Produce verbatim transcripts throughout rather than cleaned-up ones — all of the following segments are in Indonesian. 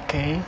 Oke.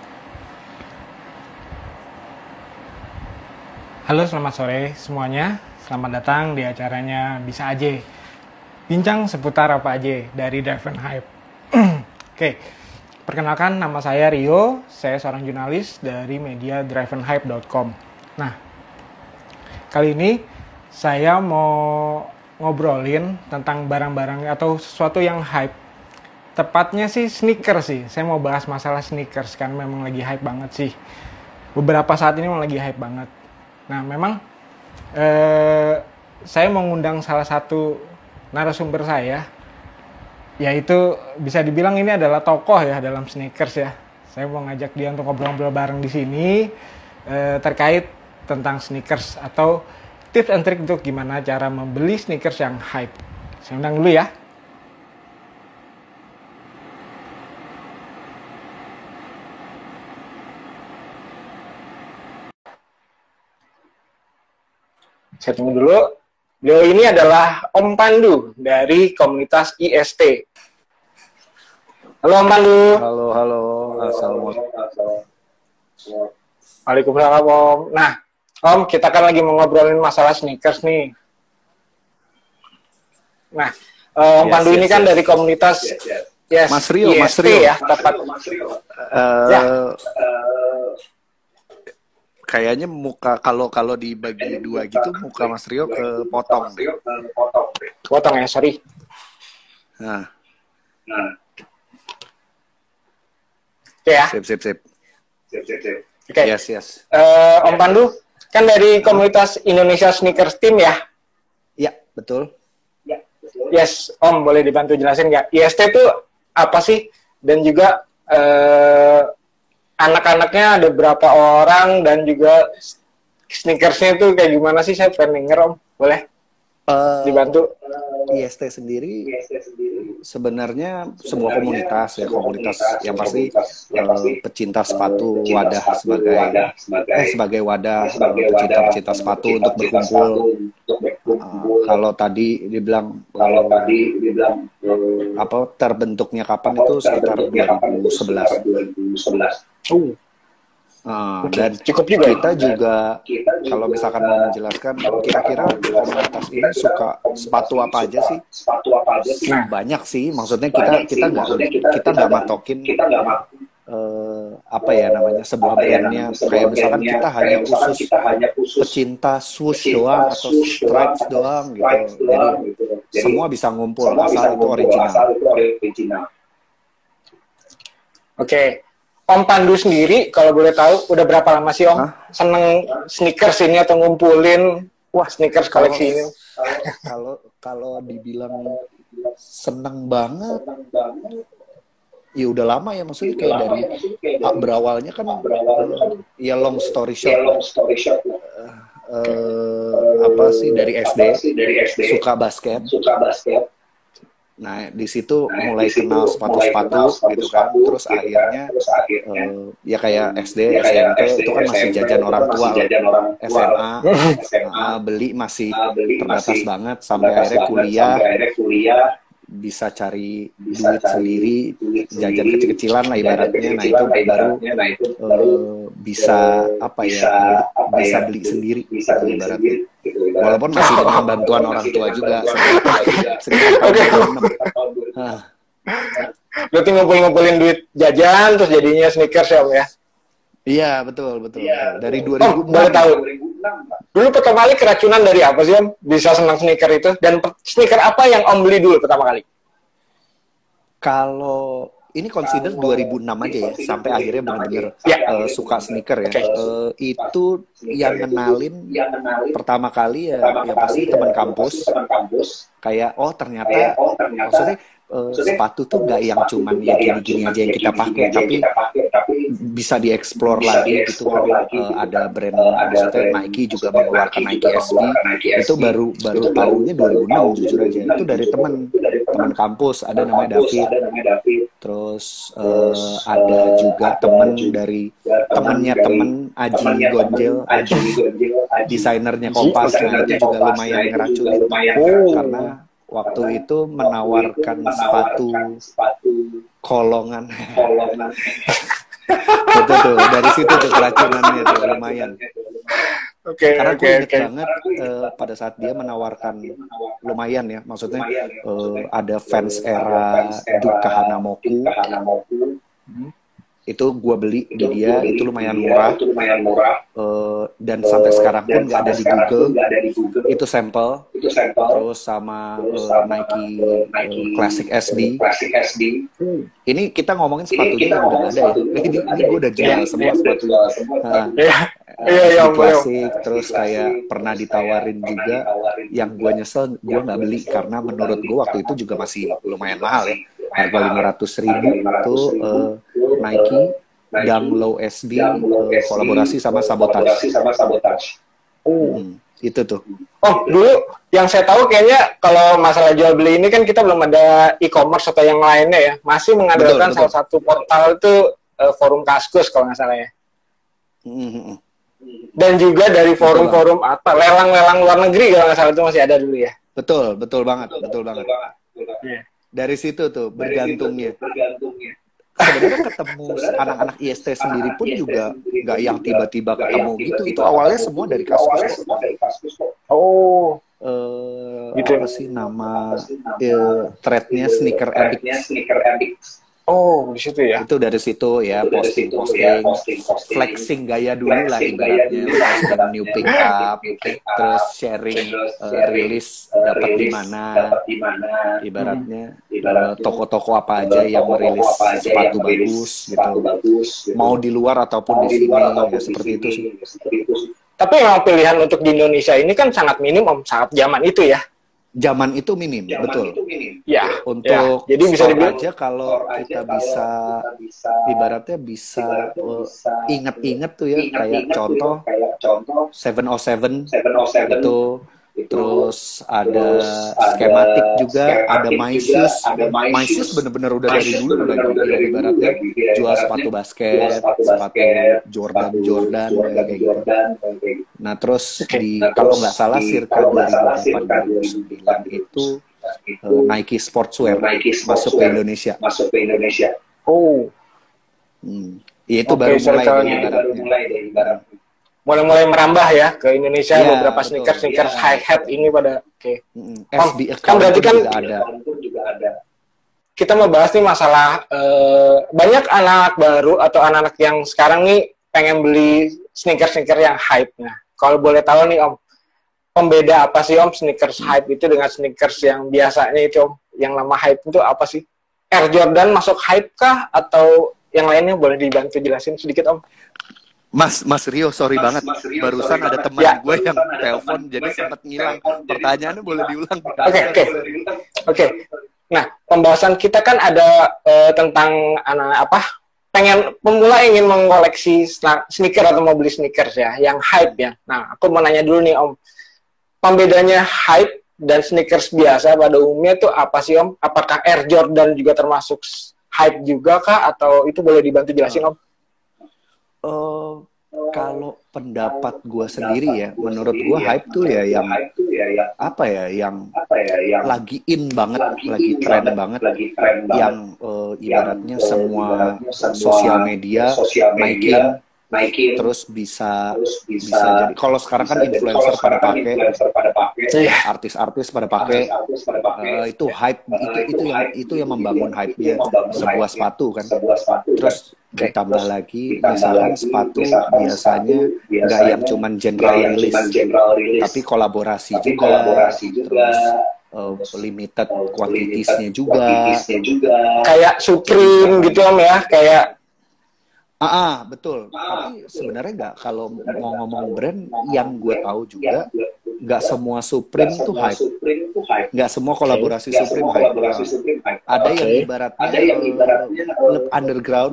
Halo, selamat sore semuanya. Selamat datang di acaranya Bisa Aja. Bincang seputar apa aja dari Drive and Hype. Oke. Perkenalkan, nama saya Rio. Saya seorang jurnalis dari media drive and hype dot com. Nah, kali ini saya mau ngobrolin tentang barang-barang atau sesuatu yang hype. Tepatnya sih sneakers sih. Saya mau bahas masalah sneakers kan memang lagi hype banget sih. Beberapa saat ini memang lagi hype banget. Nah, memang eh, saya mengundang salah satu narasumber saya, yaitu bisa dibilang ini adalah tokoh ya dalam sneakers ya. Saya mau ngajak dia untuk ngobrol-ngobrol bareng di sini eh, terkait tentang sneakers atau tips and trick untuk gimana cara membeli sneakers yang hype. Saya undang dulu ya. Saya tunggu dulu. Beliau ini adalah Om Pandu dari komunitas I S T. Halo Om Pandu. Halo, halo. Assalamualaikum. Waalaikumsalam Om. Nah, Om, kita kan lagi mau ngobrolin masalah sneakers nih. Nah, Om yes, Pandu yes, ini kan yes. dari komunitas yes, yes. Yes, Mas Rio, I S T Mas Rio. Ya, tepat. Uh, ya. Kayaknya muka kalau kalau dibagi dua gitu muka Mas Rio kepotong. Potong ya, sorry. Nah. Nah. Oke ya. Sip, sip, sip. Sip, sip, sip. Oke. Yes, yes. Uh, Om Pandu kan dari komunitas Indonesia Sneakers Team ya? Ya, betul. Ya, betul. Yes, Om boleh dibantu jelasin nggak? I S T itu apa sih? Dan juga uh, anak-anaknya ada berapa orang dan juga sneakersnya itu kayak gimana sih? Saya pengen denger Om, boleh uh, dibantu? I S T sendiri sebenarnya sebuah komunitas ya, komunitas yang pasti uh, pecinta sepatu wadah sebagai eh sebagai wadah pecinta-pecinta sepatu untuk berkumpul. Uh, kalau tadi dibilang kalau tadi dibilang uh, apa terbentuknya kapan itu sekitar dua ribu sebelas. Uh. Uh, okay. Dan cukup juga kita juga kalau misalkan mau menjelaskan kira-kira komunitas ini suka sepatu apa aja sih? Sepatu apa aja sih? Nah, banyak sih, maksudnya kita kita nggak kita nggak matokin uh, apa ya namanya sebuah brandnya, kayak misalkan kita hanya khusus pecinta swoosh doang atau stripes doang gitu. Jadi semua bisa ngumpul asal itu original. Oke. Om Pandu sendiri, kalau boleh tahu, udah berapa lama sih Om Hah? seneng sneakers ini atau ngumpulin wah sneakers koleksi ini? Kalau kalau dibilang seneng banget, ya udah lama ya, maksudnya kayak dari ah, berawalnya kan uh, ya long story short, uh, uh, apa sih dari S D suka basket. Nah, di situ nah, mulai di kenal sepatu-sepatu gitu kan. Terus akhirnya uh, ya kayak S D, ya S M P itu kan masih jajan orang tua. S M A uh, beli masih terbatas banget sampai akhirnya kuliah bisa cari duit sendiri, jajan kecil-kecilan lah ibaratnya. Nah, itu baru uh, bisa apa ya, bisa beli sendiri ibaratnya. Walaupun masih dengan bantuan orang tua juga. Oke. Berarti ngumpul-ngumpulin duit jajan terus jadinya sneakers ya Om ya? Iya betul betul. Ya, dari dua ribu enam. Om, boleh tahu. Dulu pertama kali keracunan dari apa sih Om? Bisa senang sneaker itu? Dan sneaker apa yang Om beli dulu pertama kali? Kalau ini consider dua ribu enam aja ya, sampai akhirnya benar-benar ya. uh, suka sneaker ya. Okay. Uh, itu yang kenalin pertama kali ya, ya pasti teman kampus. Kayak oh ternyata, maksudnya uh, sepatu tuh nggak yang cuman ya gini-gini aja yang kita pakai, tapi bisa dieksplor lagi gitu kan. Uh, ada brand, maksudnya Nike juga mengeluarkan Nike S B. Itu baru baru tahunnya dua ribu enam jujur aja. Itu dari teman teman kampus, ada namanya David. Terus uh, ada juga temen dari temennya temen Aji Gonjel, Aji desainernya Kompas. Nah itu juga lumayan ngeracunin karena waktu itu menawarkan sepatu kolongan Itu tuh dari situ tuh keracunannya tuh lumayan. Oke, Karena oke, gue inget oke. banget uh, pada saat dia menawarkan lumayan ya, maksudnya uh, ada fans era Duka Hanamoku, Hmm. itu gue beli di dia, itu lumayan murah, uh, dan sampai sekarang pun nggak ada di Google, itu sampel, terus sama uh, Nike uh, Classic S D. Ini kita ngomongin sepatunya yang udah nggak ada ya, ini, ini gue udah jual semua sepatunya. Nah, Iya, Uh, iya, iya, S D Om, klasik, terus kayak pernah ditawarin juga, yang gue nyesel gue nggak beli karena menurut gue waktu itu juga masih lumayan mahal ya, harga lima ratus ribu tuh uh, Nike Dunk Low S B uh, kolaborasi sama Sabotage. Hmm, itu tuh. Oh, dulu yang saya tahu kayaknya kalau masalah jual beli ini kan kita belum ada e-commerce atau yang lainnya ya, masih mengandalkan Betul, betul. salah satu portal itu uh, forum Kaskus kalau nggak salah ya. Hmm. Dan juga dari forum-forum apa lelang-lelang luar negeri kalau nggak salah itu masih ada dulu ya. Betul, betul banget, betul banget. Yeah. Dari situ tuh bergantungnya. Sebenarnya ketemu anak-anak I S T sendiri pun juga nggak yang tiba-tiba ketemu gitu. Itu awalnya semua dari Kaskus. Oh, Uh, gitu. apa sih nama uh, threadnya Sneaker Addicts. Oh, di situ ya. Itu dari situ ya, posting-posting, flexing gaya dulu lah ibaratnya, posting new pick up, terus sharing uh, rilis dapat di mana, ibaratnya uh, toko-toko apa aja yang merilis sepatu bagus gitu, mau di luar ataupun di sini ya seperti itu sih. Tapi memang pilihan untuk di Indonesia ini kan sangat minim Om saat zaman itu ya. Zaman itu minim, betul. Ya, Untuk ya. Jadi bisa store dibilang aja kalau kita bisa ibaratnya bisa uh, inget-inget tuh ya, kayak contoh tujuh nol tujuh itu, terus ada Schematic juga, ada MyShoes. MyShoes bener-bener udah dari dulu lagi ya, ibaratnya jual sepatu basket, sepatu Jordan Jordan kayak gitu. Nah terus di kalau nggak salah circa dua ribu delapan dua ribu sembilan itu uh, Nike Sportswear masuk ke Indonesia. oh, Hmm. Ya, itu Oke, baru mulai circle-nya. deh ibaratnya. mulai-mulai merambah ya ke Indonesia Ya, beberapa betul. sneakers sneakers high hat ini pada oke. Mm-mm. Oh, S B kan berarti kan juga ada. kita mau bahas nih masalah eh, banyak anak baru atau anak-anak yang sekarang nih pengen beli sneakers-sneakers yang hype. Nah, kalau boleh tahu nih Om, pembeda apa sih Om sneakers hype itu dengan sneakers yang biasanya itu Om, yang nama hype itu apa sih? Air Jordan masuk hype kah atau yang lainnya boleh dibantu jelasin sedikit Om? Mas, Mas Rio, sorry banget. Barusan ada teman Ya. gue yang telepon, jadi sempat ngilang. Pertanyaannya boleh diulang? Oke, oke. Oke. Nah, pembahasan kita kan ada eh, tentang anak apa? Pengen pemula ingin mengoleksi sna- sneaker atau mau beli sneakers ya, yang hype ya. Nah, aku mau nanya dulu nih Om. Pembedanya hype dan sneakers biasa pada umumnya itu apa sih Om? Apakah Air Jordan juga termasuk hype juga kah atau itu boleh dibantu jelasin Om? Uh, kalau pendapat gue sendiri ya, menurut gue hype tuh ya yang apa ya, yang lagi in banget, lagi tren banget, yang uh, ibaratnya semua sosial media naikin, terus bisa bisa jadi. Kalau sekarang kan influencer pada pakai, artis-artis pada pakai, uh, itu hype, itu itu yang itu yang membangun hype-nya sebuah sepatu kan. Terus ditambah lagi misalkan sepatu biasanya nggak yang cuman general release, tapi kolaborasi juga, terus uh, limited quantities-nya juga, kayak Supreme gitu Om ya, kayak ah, ah betul. Tapi sebenarnya nggak, kalau mau ngomong brand, yang gue tahu juga nggak semua Supreme itu hype, nggak semua kolaborasi Supreme hype. Ada yang ibaratnya uh, underground,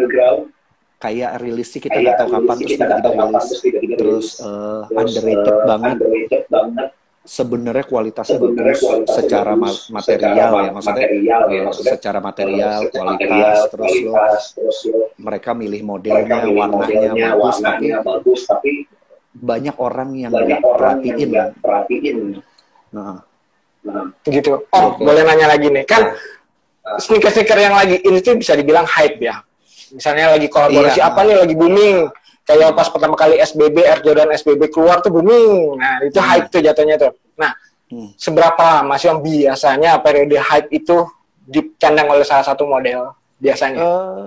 kayak rilisnya kita nggak tahu kapan, terus tiba-tiba rilis, terus uh, underrated banget. Sebenarnya kualitasnya bagus secara ma material ya, maksudnya uh, secara material kualitas, terus lo mereka milih modelnya, warnanya bagus, tapi banyak orang yang nggak perhatiin. Nah, gitu. Oh, Oke. boleh nanya lagi nih. Kan sneaker-sneaker yang lagi ini tuh bisa dibilang hype ya. Misalnya lagi kolaborasi Iya. apa nih lagi booming. Kayak pas pertama kali S B B, Air Jordan S B B keluar tuh booming. Nah, itu hype tuh jatuhnya tuh. Nah, Hmm. seberapa lama sih Om biasanya periode hype itu dicandang oleh salah satu model biasanya?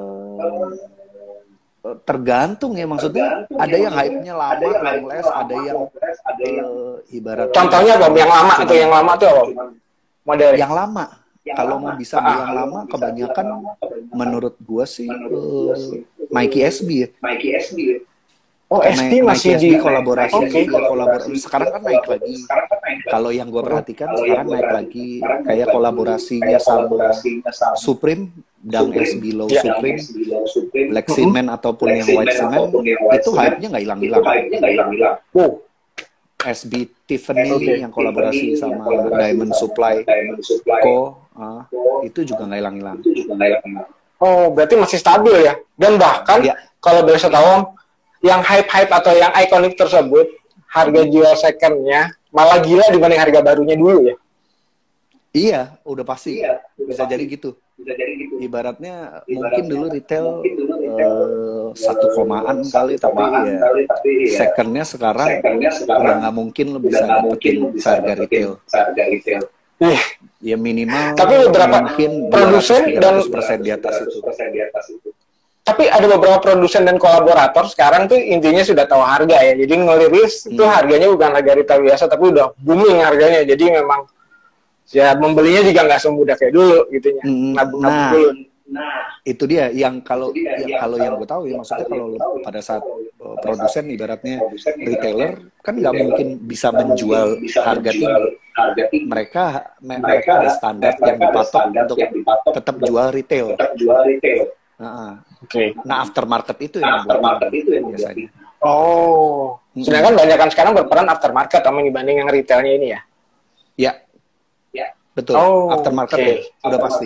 Eh, tergantung ya, maksudnya ada yang hype-nya lama, long last, ada yang eh, ibaratnya Contohnya Om, yang lama tuh, yang lama tuh Om. Modelnya. yang lama. Kalau mau bisa bilang lama, kebanyakan menurut gua sih eh, Nike S B ya. Oh, S B Nike masih S B di kolaborasi, Oke. ya, kolaborasi. Sekarang kan naik lagi. Kalau yang gua perhatikan sekarang naik lagi, kayak kolaborasinya sama Supreme, Dunk S B Low Ya. Supreme, Black Cement ataupun yang White Cement, itu hype-nya nggak hilang-hilang. Oh, S B Tiffany Oke. yang kolaborasi sama Diamond Supply Co. ah, itu juga nggak hilang-hilang. oh, berarti masih stabil ya. Dan bahkan Ya. kalau biasa tahu Om, yang hype-hype atau yang ikonik tersebut, harga jual second-nya malah gila dibanding harga barunya dulu ya. Iya, udah pasti. Bisa jadi gitu. Ibaratnya mungkin dulu retail eh, satu komaan kali, tapi ya secondnya sekarang udah nggak mungkin lo bisa dapetin harga retail. Ih, Ya minimal Tapi beberapa mungkin produsen dan- dua ratus persen di atas itu. tapi ada beberapa produsen dan kolaborator sekarang tuh intinya sudah tahu harga ya. Jadi ngeliris itu Hmm. harganya bukan harga retail biasa, tapi udah booming harganya. Jadi memang ya membelinya juga nggak semudah kayak dulu gitu ya. Hmm, Nabung-nabung nah. dulu. Itu dia yang kalau ya, kalau yang gue tahu ya, maksudnya kalau lo- pada saat uh, produsen ibaratnya retailer kan nggak mungkin bisa menjual harga tinggi. Mereka mereka ada standar yang dipatok untuk tetap jual retail. Nah, Oke. nah aftermarket itu yang membuat biasanya. Oh. Mm-mm. Sedangkan banyak kan sekarang berperan aftermarket sama dibanding yang retailnya ini ya. Ya, betul. Oh, Aftermarket oke. ya, udah pasti.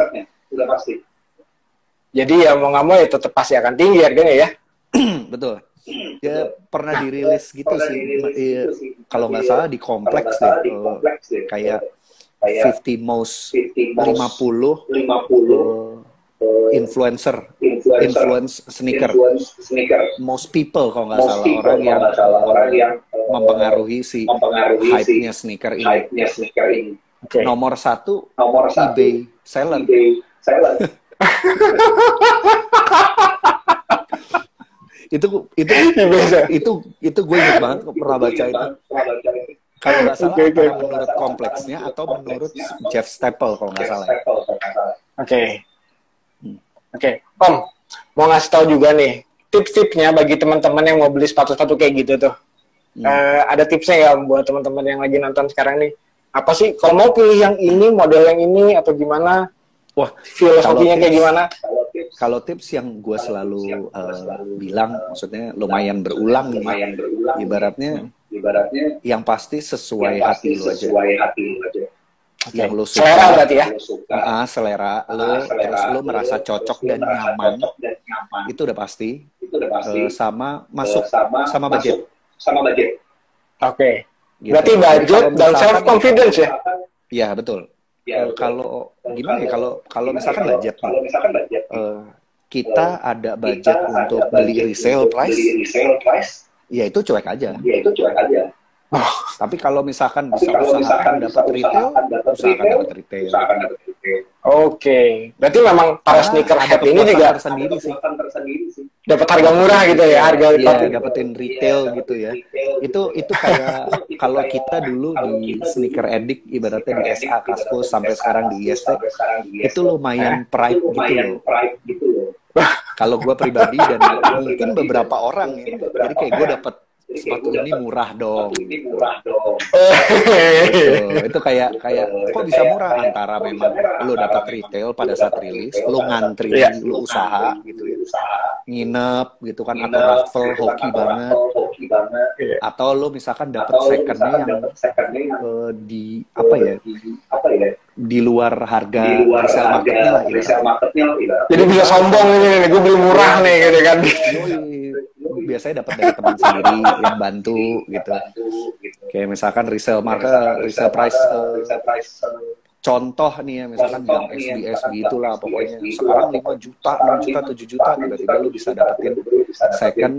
Jadi ya mau nggak mau ya tetap pasti akan tinggi harganya ya. Betul. Ya pernah dirilis gitu sih. Iya, kalau nggak salah di kompleks deh. eh, kayak lima puluh most lima puluh eh, influencer influence sneaker most people kalau nggak salah orang yang mempengaruhi si hype-nya sneaker ini. Oke. Nomor satu eBay seller. itu itu Bisa. itu itu gue ingat banget pernah baca itu. Kalau nggak salah Oke, oke. antara menurut kompleksnya atau menurut Jeff Staple kalau nggak salah. ya. Oke. Oke, Om, mau ngasih tahu juga nih tips-tipsnya bagi teman-teman yang mau beli sepatu-sepatu kayak gitu tuh. Hmm. Eh, ada tipsnya ya Om, buat teman-teman yang lagi nonton sekarang nih. Apa sih kalau mau pilih yang ini, model yang ini atau gimana? Wah, Filosofinya kalau kayak tips- gimana? Kalau tips yang gue selalu uh, bilang, maksudnya lumayan berulang, nih. Ibaratnya, yang pasti sesuai hati lo aja. Yang lo suka, Selera berarti ya? ah, selera lo, terus lo merasa cocok dan nyaman, itu udah pasti. Uh, sama masuk sama budget. Oke. Gitu. Berarti Jadi budget kalau dan misalkan- self confidence ya? Iya betul. Eh, kalau gimana ya kalau kalau misalkan budget, eh, kita ada budget untuk beli resale price, ya itu cuek aja. Tapi kalau misalkan bisa usahakan dapat retail, usahakan dapat retail. Oke. Berarti memang para Karena sneaker ada head ini kepuasan juga tersendiri sih. dapat harga murah gitu ya, harga Iya, sepatu. dapetin retail gitu ya. Itu itu kayak kalau kita dulu di sneaker addict, ibaratnya di S A Kaskus sampai sekarang di I S T, itu lumayan pride gitu loh. Kalau gue pribadi dan mungkin beberapa orang ya, jadi kayak gue dapet sepatu ini murah dong. Tuh, itu kayak kayak kok bisa murah antara memang lo dapat retail pada saat rilis, lo ngantri, Iya. lo usaha gitu ya, nginep gitu kan atau raffle hoki banget, atau lo misalkan dapat secondnya yang eh, di apa ya di luar harga resale marketnya lah ibaratnya. Jadi bisa sombong ini nih, gue beli murah nih gitu kan. Yoi, biasanya dapat dari teman sendiri yang bantu gitu. Kayak misalkan resale market, resale price eh, contoh nih ya, misalkan jam S B S B itulah pokoknya sekarang lima juta, enam juta, tujuh juta, tiba-tiba lu bisa dapetin second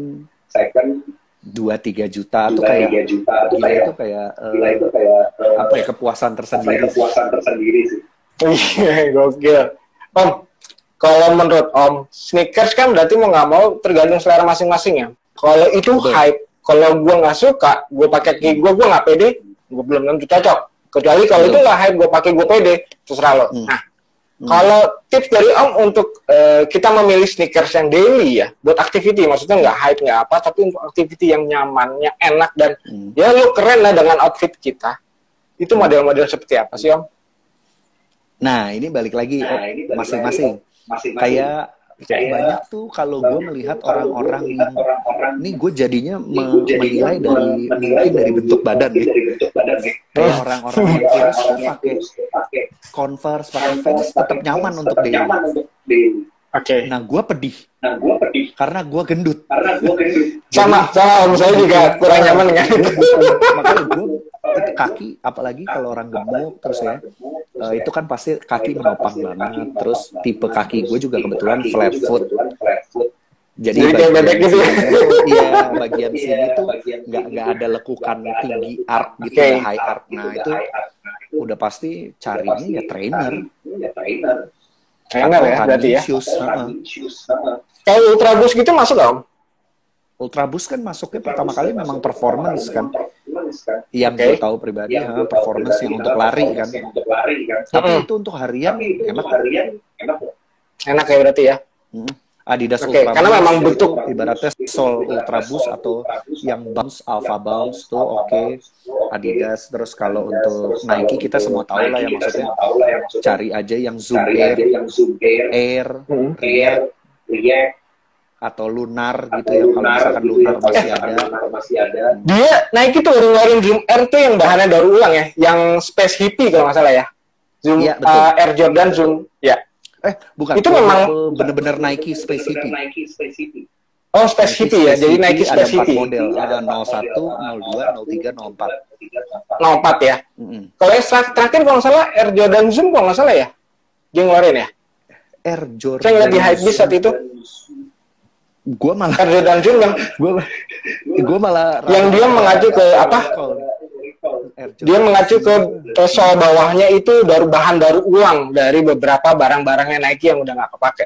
dua tiga juta tuh kayak gila itu kayak uh, apa ya, kepuasan tersendiri sih. Iya, gokil. Om, kalau menurut Om, sneakers kan berarti mau nggak mau tergantung selera masing-masing ya. Kalau itu Betul. hype, kalau gue nggak suka, gue pakai kayak gue, gue nggak pede, gue belum tentu cocok. Kecuali kalau itu nggak hype, gue pakai gue pede, terserah lo. Hmm. Nah, hmm. kalau tips dari Om untuk uh, kita memilih sneakers yang daily ya, buat activity, maksudnya nggak hype nggak apa, tapi untuk activity yang nyaman, yang enak dan hmm. ya lo keren lah dengan outfit kita. Itu model-model seperti apa sih Om? Nah, ini balik lagi masing-masing. Kayak kayak banyak tuh kalau gue melihat orang-orang yang ini gue jadinya me menilai dari mungkin dari bentuk badan ya. Kayak orang-orang yang kurus tuh pakai Converse, pakai Vans tetap nyaman untuk daily. Oke. Okay. Nah, gue pedih. Karena gue gendut. Sama, sama om saya juga kurang nyaman kan. Makanya gue kaki, apalagi kalau orang gemuk terus ya, uh, itu kan pasti kaki menopang banget. Terus tipe kaki gue juga kebetulan flat foot. Jadi bagian bebek gitu ya. Iya, bagian sini tuh nggak nggak ada lekukan tinggi arc gitu ya, high arc. Nah itu udah pasti carinya ya trainer. Trainer ya berarti ya. Shoes. Uh-uh. Kayak Ultra Boost gitu masuk nggak om? Ultra Boost kan masuknya pertama kali memang performance kan. Yang okay. gue tahu pribadi ya, performance yang untuk lari kan. Tapi mm. itu untuk harian enak. Enak ya berarti ya. Hmm. Adidas okay, Ultra karena Boost memang bentuk ibaratnya Sol Ultra Boost atau yang Bounce Alpha Bounce tuh oke. Okay. Adidas. Terus kalau untuk Nike kita semua tahu lah ya, maksudnya cari aja yang Zoom Air, Air, hmm. React atau Lunar gitu ya, kalau misalkan Lunar masih ada. Dia Nike tuh ngeluarin Zoom Air tuh yang bahannya daur ulang ya, yang Space Hippie kalau nggak salah ya. Zoom ya, uh, Air Jordan Zoom ya. Eh, bukan. Itu memang bener-bener Nike Space Hippie. Oh, Space Hippie ya. Jadi Nike Space Hippie. Ada empat model, ada nol satu, nol dua, nol tiga, nol empat. nol empat ya. Mm-hmm. Kalau yang terakhir kalau nggak salah Air Jordan Zoom kalau nggak salah ya. Dia ngeluarin ya. Air Jordan. Saya ngeliat di Hypebeast saat itu. Gua malah Air Jordan Zoom yang gua gua malah yang dia mengacu ke apa? Dia mengacu ke sol bawahnya itu dari bahan daur ulang dari beberapa barang-barangnya Nike yang udah nggak kepake.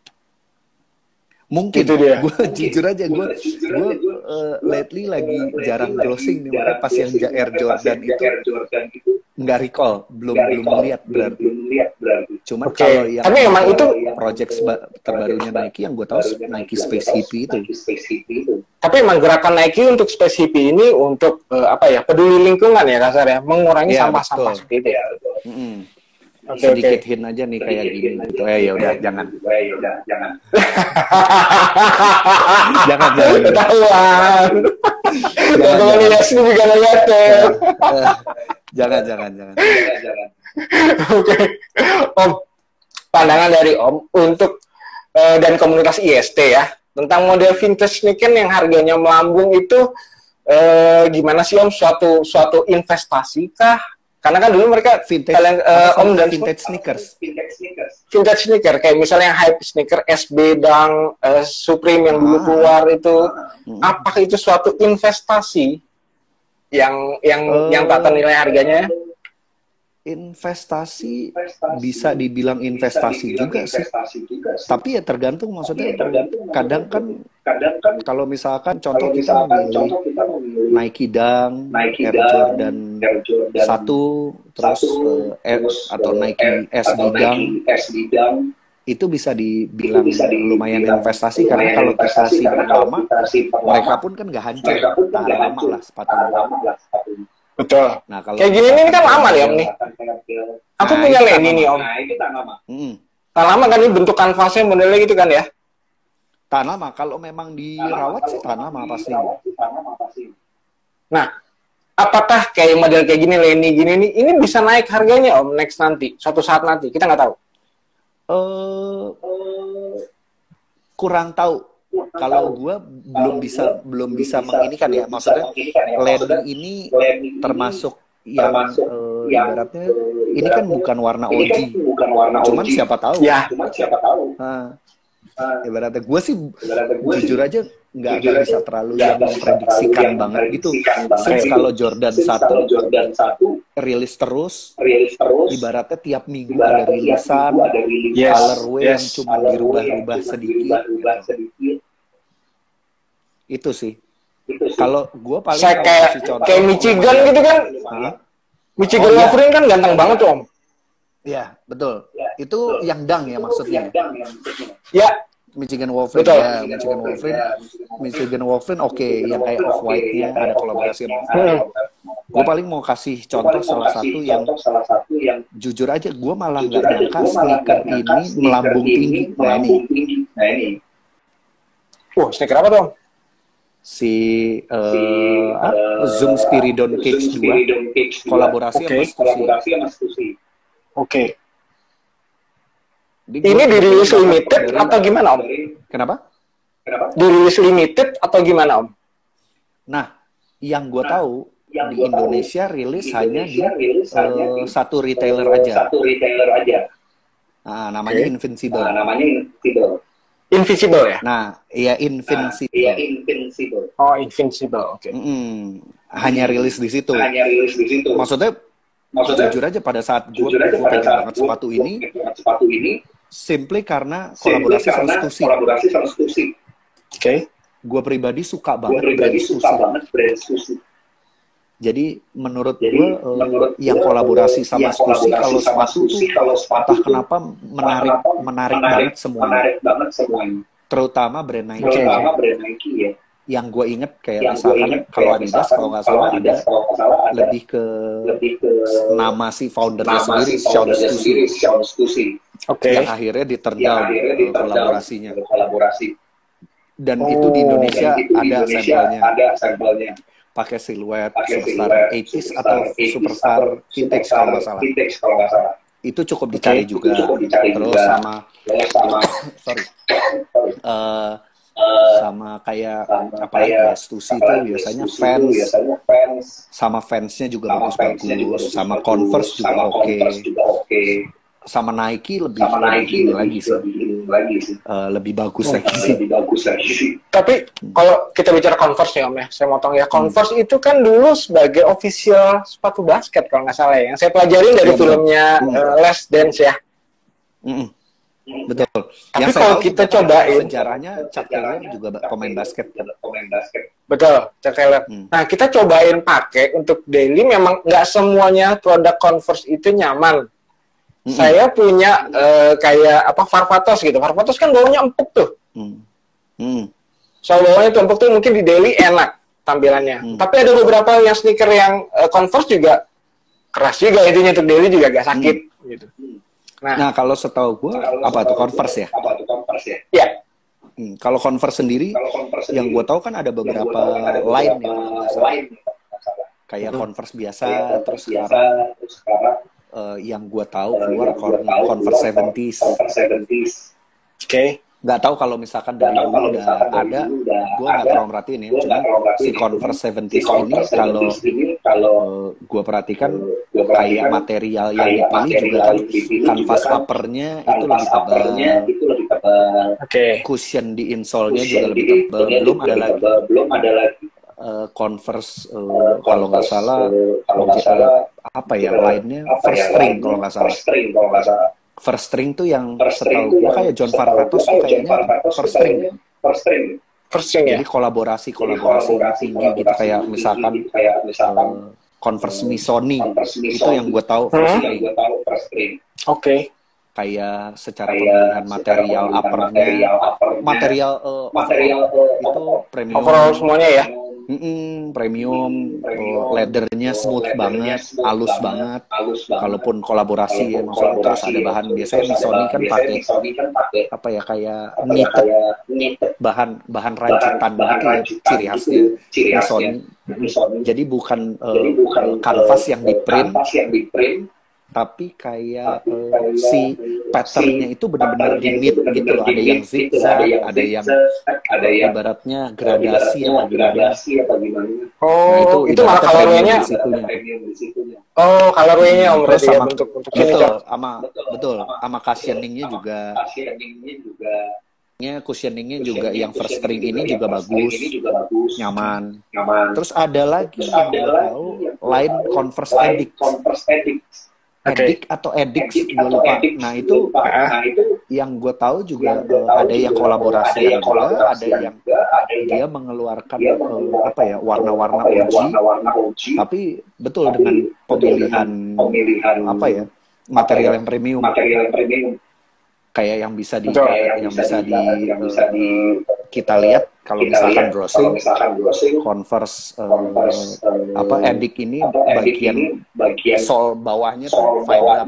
Mungkin itu dia. Gue jujur aja gue gue uh, lately lagi jarang browsing nih, makanya pas yang Air Jordan itu nggak recall, belum belum lihat berarti. Cuma okay. kalau yang tapi emang itu project terbarunya Nike yang gue tahu Nike Space Hippie itu. Tapi emang gerakan Nike untuk Space Hippie ini untuk uh, apa ya, peduli lingkungan ya kasar ya, mengurangi sampah-sampah ya, seperti itu ya. Mm-hmm. Okay, sedikit okay. hint aja nih kayak gini gitu. Eh ya udah jangan. Eh ya udah jangan. jangan jangan. Ketahuan. Jangan lihat sini juga lihat ya. Jangan jangan jangan. Oke. Om, pandangan dari Om untuk uh, dan komunitas I S T ya tentang model vintage sneaker yang harganya melambung itu uh, gimana sih Om? Suatu suatu investasi kah? Karena kan dulu mereka vintage, kalian uh, Om dan vintage sneakers. Vintage sneaker kayak misalnya yang hype sneaker S B Dunk, uh, Supreme yang dulu keluar itu, hmm. apakah itu suatu investasi yang yang uh, yang tak ternilai harganya? Investasi, investasi bisa dibilang investasi, bisa juga, investasi sih. juga sih. Tapi ya tergantung maksudnya. Ya, tergantung kadang kan, kadang kan kalau misalkan contoh kita memilih Nike Dunk, Nike Air Jordan satu, terus uh, Air, atau Nike S B Dunk, itu bisa dibilang bisa di, lumayan investasi karena kalau kita simpan lama, mereka pun kan nggak hancur, tahan lama lah sepatunya. Betul. Nah, kalau kayak gini ini kan lama ya Om nih. Aku nah, punya Lenny nih Om. Nah, itu tahan lama. Hmm. Tahan lama kan ini bentuk kanvasnya modelnya gitu kan ya? Tahan lama. Kalau memang dirawat sih tahan lama pasti. Nah, apakah kayak model kayak gini Lenny gini nih, ini bisa naik harganya Om next nanti, suatu saat nanti? Kita nggak tahu. Uh, kurang tahu. Kalau gue belum bisa belum bisa menginikan ya, maksudnya Lenny ini termasuk yang uh, ibaratnya ini kan bukan warna O G, cuman siapa tahu. Ya. Nah, ibaratnya gue sih jujur aja nggak nggak bisa terlalu yang memprediksikan banget gitu. Since kalau Jordan satu rilis terus, ibaratnya tiap minggu ada rilisan, Yes, colorway yang yes. cuma dirubah-rubah sedikit. Itu sih. Kalau gue paling Saya kalau kayak kasih contoh, kayak Michigan gitu kan. Hah? Michigan Oh, iya. Wolverine kan ganteng banget tuh, Om. Iya, betul. Itu yang dang ya maksudnya. Ya, Michigan Wolverine betul. ya, Michigan Wolverine. Michigan Wolverine oke, yang kayak Off-White-nya ada kolaborasi sama Hmm. gue paling mau kasih contoh salah satu yang jujur aja gue malah nggak nyangka sneaker ini melambung tinggi. Nah ini Wah, sneaker apa tuh, Om? si eh, apa, Zoom Spiridon Cage dua kolaborasi Oke. sama Stussy. Oke. Jadi Ini gua- dirilis gua limited dari- atau gimana, Om? Kenapa? Dirilis limited atau gimana, Om? Nah, yang gue tahu di Indonesia rilis hanya di eh, satu retailer aja. Nah, namanya Oke. Invincible. Invisible ya? Nah, ya Invincible. Oh, Invincible. Oke. Mm-mm. Hanya rilis di situ. Maksudnya, jujur aja pada saat gue pengen banget sepatu ini, simply karena kolaborasi sama Stussy. Oke. Gue pribadi suka banget brand Stussy. Jadi menurut gue eh, yang kolaborasi sama Stussy kalau sepatu tuh entah kenapa menarik menarik banget semuanya. Terutama brand Nike. Yang gue inget kayak misalkan kalau Adidas kalau nggak salah ada lebih ke nama si foundernya sendiri Sean Stussy Oke. yang akhirnya diterdown eh, kolaborasinya. Dan itu di Indonesia ada sampelnya. Pakai siluet superstar eighties atau superstar vintage kalau nggak salah. Itu cukup dicari juga. Terus sama sorry. Eh, sama kayak apa ya Stussy itu biasanya fans sama fansnya juga bagus-bagus, sama Converse juga oke, sama Nike lebih lebih ini lagi sih. Uh, lebih bagus lagi sih. Tapi kalau kita bicara Converse ya, Om ya, saya motong ya. Converse itu kan dulu sebagai official sepatu basket kalau nggak salah ya. Yang saya pelajarin dari Iya, filmnya uh, Last Dance ya. Mm-mm. Betul. Tapi Yang saya kalau tahu kita juga cobain, sejarahnya Chuck Taylor juga pemain basket. betul, Chuck Taylor. Hmm. Nah, kita cobain pakai untuk daily, memang nggak semuanya produk Converse itu nyaman. Mm-mm. Saya punya uh, kayak apa Farvatos gitu. Farvatos kan baunya empuk tuh. Mm. Mm. Soal bawahnya itu empuk tuh mungkin di daily enak tampilannya. Hmm. Tapi ada beberapa yang sneaker yang uh, Converse juga keras juga intinya untuk daily juga agak sakit gitu. Nah, Nah kalau setahu gue apa tuh Converse ya? ya. Hmm, kalau Converse sendiri, yang gue tahu kan ada beberapa line ya, kayak Converse biasa, terus sekarang uh, yang gue tahu keluar Con- Converse seventies. Oke. Nggak tahu kalau misalkan dari dulu udah ada, gue nggak terlalu merhatiin ya. Cuman si Converse seventies ini kalau uh, gue perhatikan kayak material yang dipilih juga kan kanvas uppernya itu lebih tebal, Oke. cushion di insole-nya juga lebih tebal. Belum ada lagi uh, Converse uh, kalau nggak salah uh, apa ya lainnya first string kalau nggak salah. First string tuh yang setahu gue kayak John Farvatos tuh kayaknya first string. First thing ya. Jadi kolaborasi kolaborasi tinggi gitu kayak misalkan uh, Converse Missoni itu yang gue tahu first string. Oke. Kayak secara pemilihan material uppernya, material uh, overall itu premium. Overall semuanya ya. Mm-mm, premium, uh, leathernya smooth banget, halus banget. Kalaupun kolaborasi ya, maksudnya terus ada bahan biasanya Missoni kan pakai apa ya kayak knitted, bahan bahan rajutan gitu ya, ciri khasnya Missoni. Jadi bukan uh, kanvas yang di print, tapi kayak uh, si patternnya itu benar-benar di knit gitu loh. Ada yang zigzag, ada yang ada yang ibaratnya gradasi apa gimana. Oh, Nah, itu, itu malah colorway-nya. Oh, colorway-nya Om Terus berarti ya sama bentuk bentuk betul, sneaker. sama betul, sama cushioning-nya juga. Nya cushioningnya juga yang first string ini juga bagus, nyaman. Terus ada lagi yang gue tahu line Converse Edix, Edix atau Edix gue lupa. Nah itu yang gue tahu juga uh, ada yang kolaborasi juga, ada yang dia mengeluarkan uh, apa ya warna-warna O G, tapi betul dengan pemilihan apa ya material yang premium. Kayak yang bisa di Betul. kayak yang bisa di, uh, kita lihat kalau misalkan browsing Converse uh, apa Edix ini bagian sole bawahnya tuh Vibram.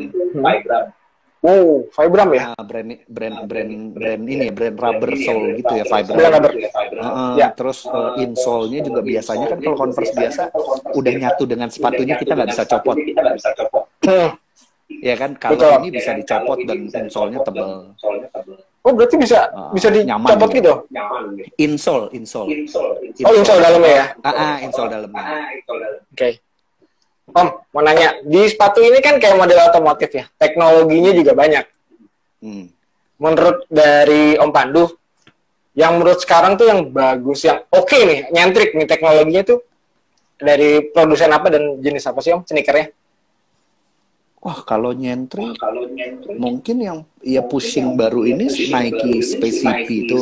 Oh, Vibram ya? Nah, brand brand brand brand ini brand rubber sole gitu ya Vibram. Brand rubber. Uh, Ya. Terus uh, insole-nya juga biasanya kan kalau Converse biasa udah nyatu dengan sepatunya kita nggak bisa copot. Hmm. Ya kan kalau Betul. ini bisa dicopot dan insole-nya tebal. Oh, berarti bisa Uh, bisa nyaman dicopot gitu. gitu? Insole, insole. Oh, insole dalamnya ya? Ah, ah, insole dalamnya. Oke. Om, mau nanya, di sepatu ini kan kayak model otomotif ya, teknologinya juga banyak. Hmm. Menurut dari Om Pandu, yang menurut sekarang tuh yang bagus, yang oke nih, nyentrik nih teknologinya tuh dari produsen apa dan jenis apa sih Om, sneakernya? Wah, kalau nyentri, mungkin yang ya pushing baru ini si Nike Space C P itu,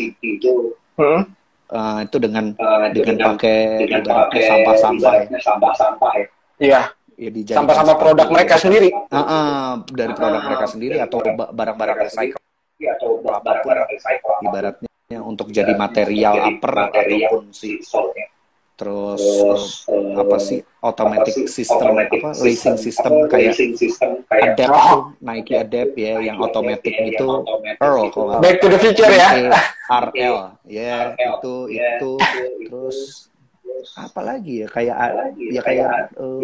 Hmm? uh, itu dengan dengan pakai ibaratnya sampah-sampah ya. Iya, Ya, dijadikan sampah-sampah sepatu. produk mereka sendiri. Ah, ah, dari produk mereka sendiri atau ba- barang-barang recycle apapun ibaratnya untuk jadi material upper ataupun si terus uh, apa sih automatic system apa racing system kayak Adapt tuh Nike Adapt ya yang otomatis itu Earl kalau nggak Back to the future ya. R L ya itu itu terus apa lagi ya kayak ya kayak uh,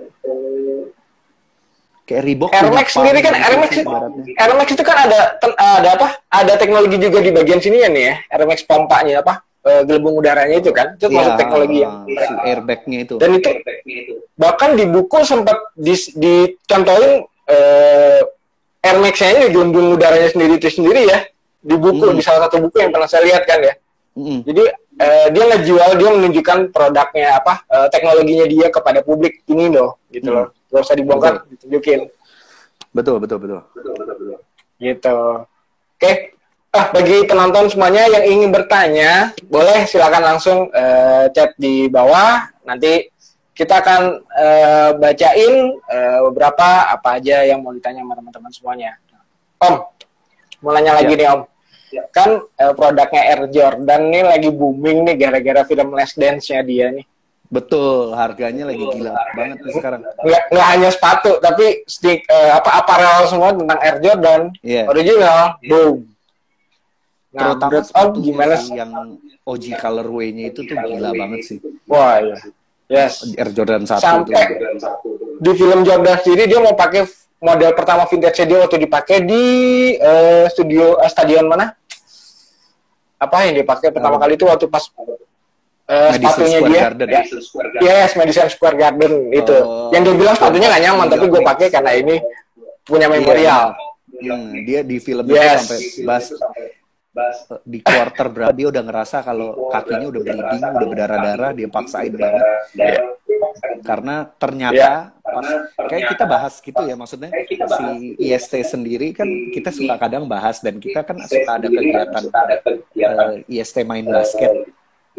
kayak Reebok Air punya Max sendiri kan, Palm Air gitu Max, sih ibaratnya. Air Max itu kan ada ten- ada apa? Ada teknologi juga di bagian sini ya nih ya. Air Max pompanya apa? Eh, gelembung udaranya itu kan. Itu termasuk Iya, teknologi yang si airbagnya itu. dan itu bahkan di buku sempat di- dicontohin eh, Air Max-nya ini gelembung udaranya sendiri itu sendiri ya. Di buku, Hmm. di salah satu buku yang pernah saya lihat kan ya. Mm-mm. Jadi eh, dia ngejual, dia menunjukkan produknya apa, eh, teknologinya dia kepada publik ini loh, gitu loh. Gak usah dibongkar, ditunjukin. Betul, betul, betul. Gitu. Oke. Ah, bagi penonton semuanya yang ingin bertanya, boleh silakan langsung eh, chat di bawah. Nanti kita akan eh, bacain eh, beberapa apa aja yang mau ditanya sama teman-teman semuanya. Om, mau nanya lagi Ya. nih Om. Kan eh, produknya Air Jordan nih lagi booming nih gara-gara film Last Dance-nya dia nih. Betul, harganya lagi gila banget nih sekarang. Nggak, nggak hanya sepatu, tapi stick, eh, apa apparel semua tentang Air Jordan. Iya. Original, boom. Nah, Terutama menurut Om sepatunya gimana? sih yang O G colorway-nya itu tuh gila banget sih. Wah, iya. Yes. Air Jordan satu Sampai itu. di film Jordan sendiri dia mau pakai model pertama vintage dia waktu dipakai di eh, studio eh, stadion mana? Apa yang dia pakai pertama Oh. kali itu waktu pas eh, Madison sepatunya Square dia? Garden. Ya, yes, Madison Square Garden itu. Oh. Yang dia bilang sepatunya nggak nyaman, tapi gue pakai karena ini punya memorial. Hmm, dia di film Yes. itu sampai bahas di quarter berapa dia udah ngerasa kalau kakinya udah bleeding, udah berdarah-darah, dia paksain banget. Karena ternyata pas kayak kita bahas gitu ya, maksudnya si I S T sendiri kan kita suka kadang bahas dan kita kan suka ada kegiatan uh, I S T main basket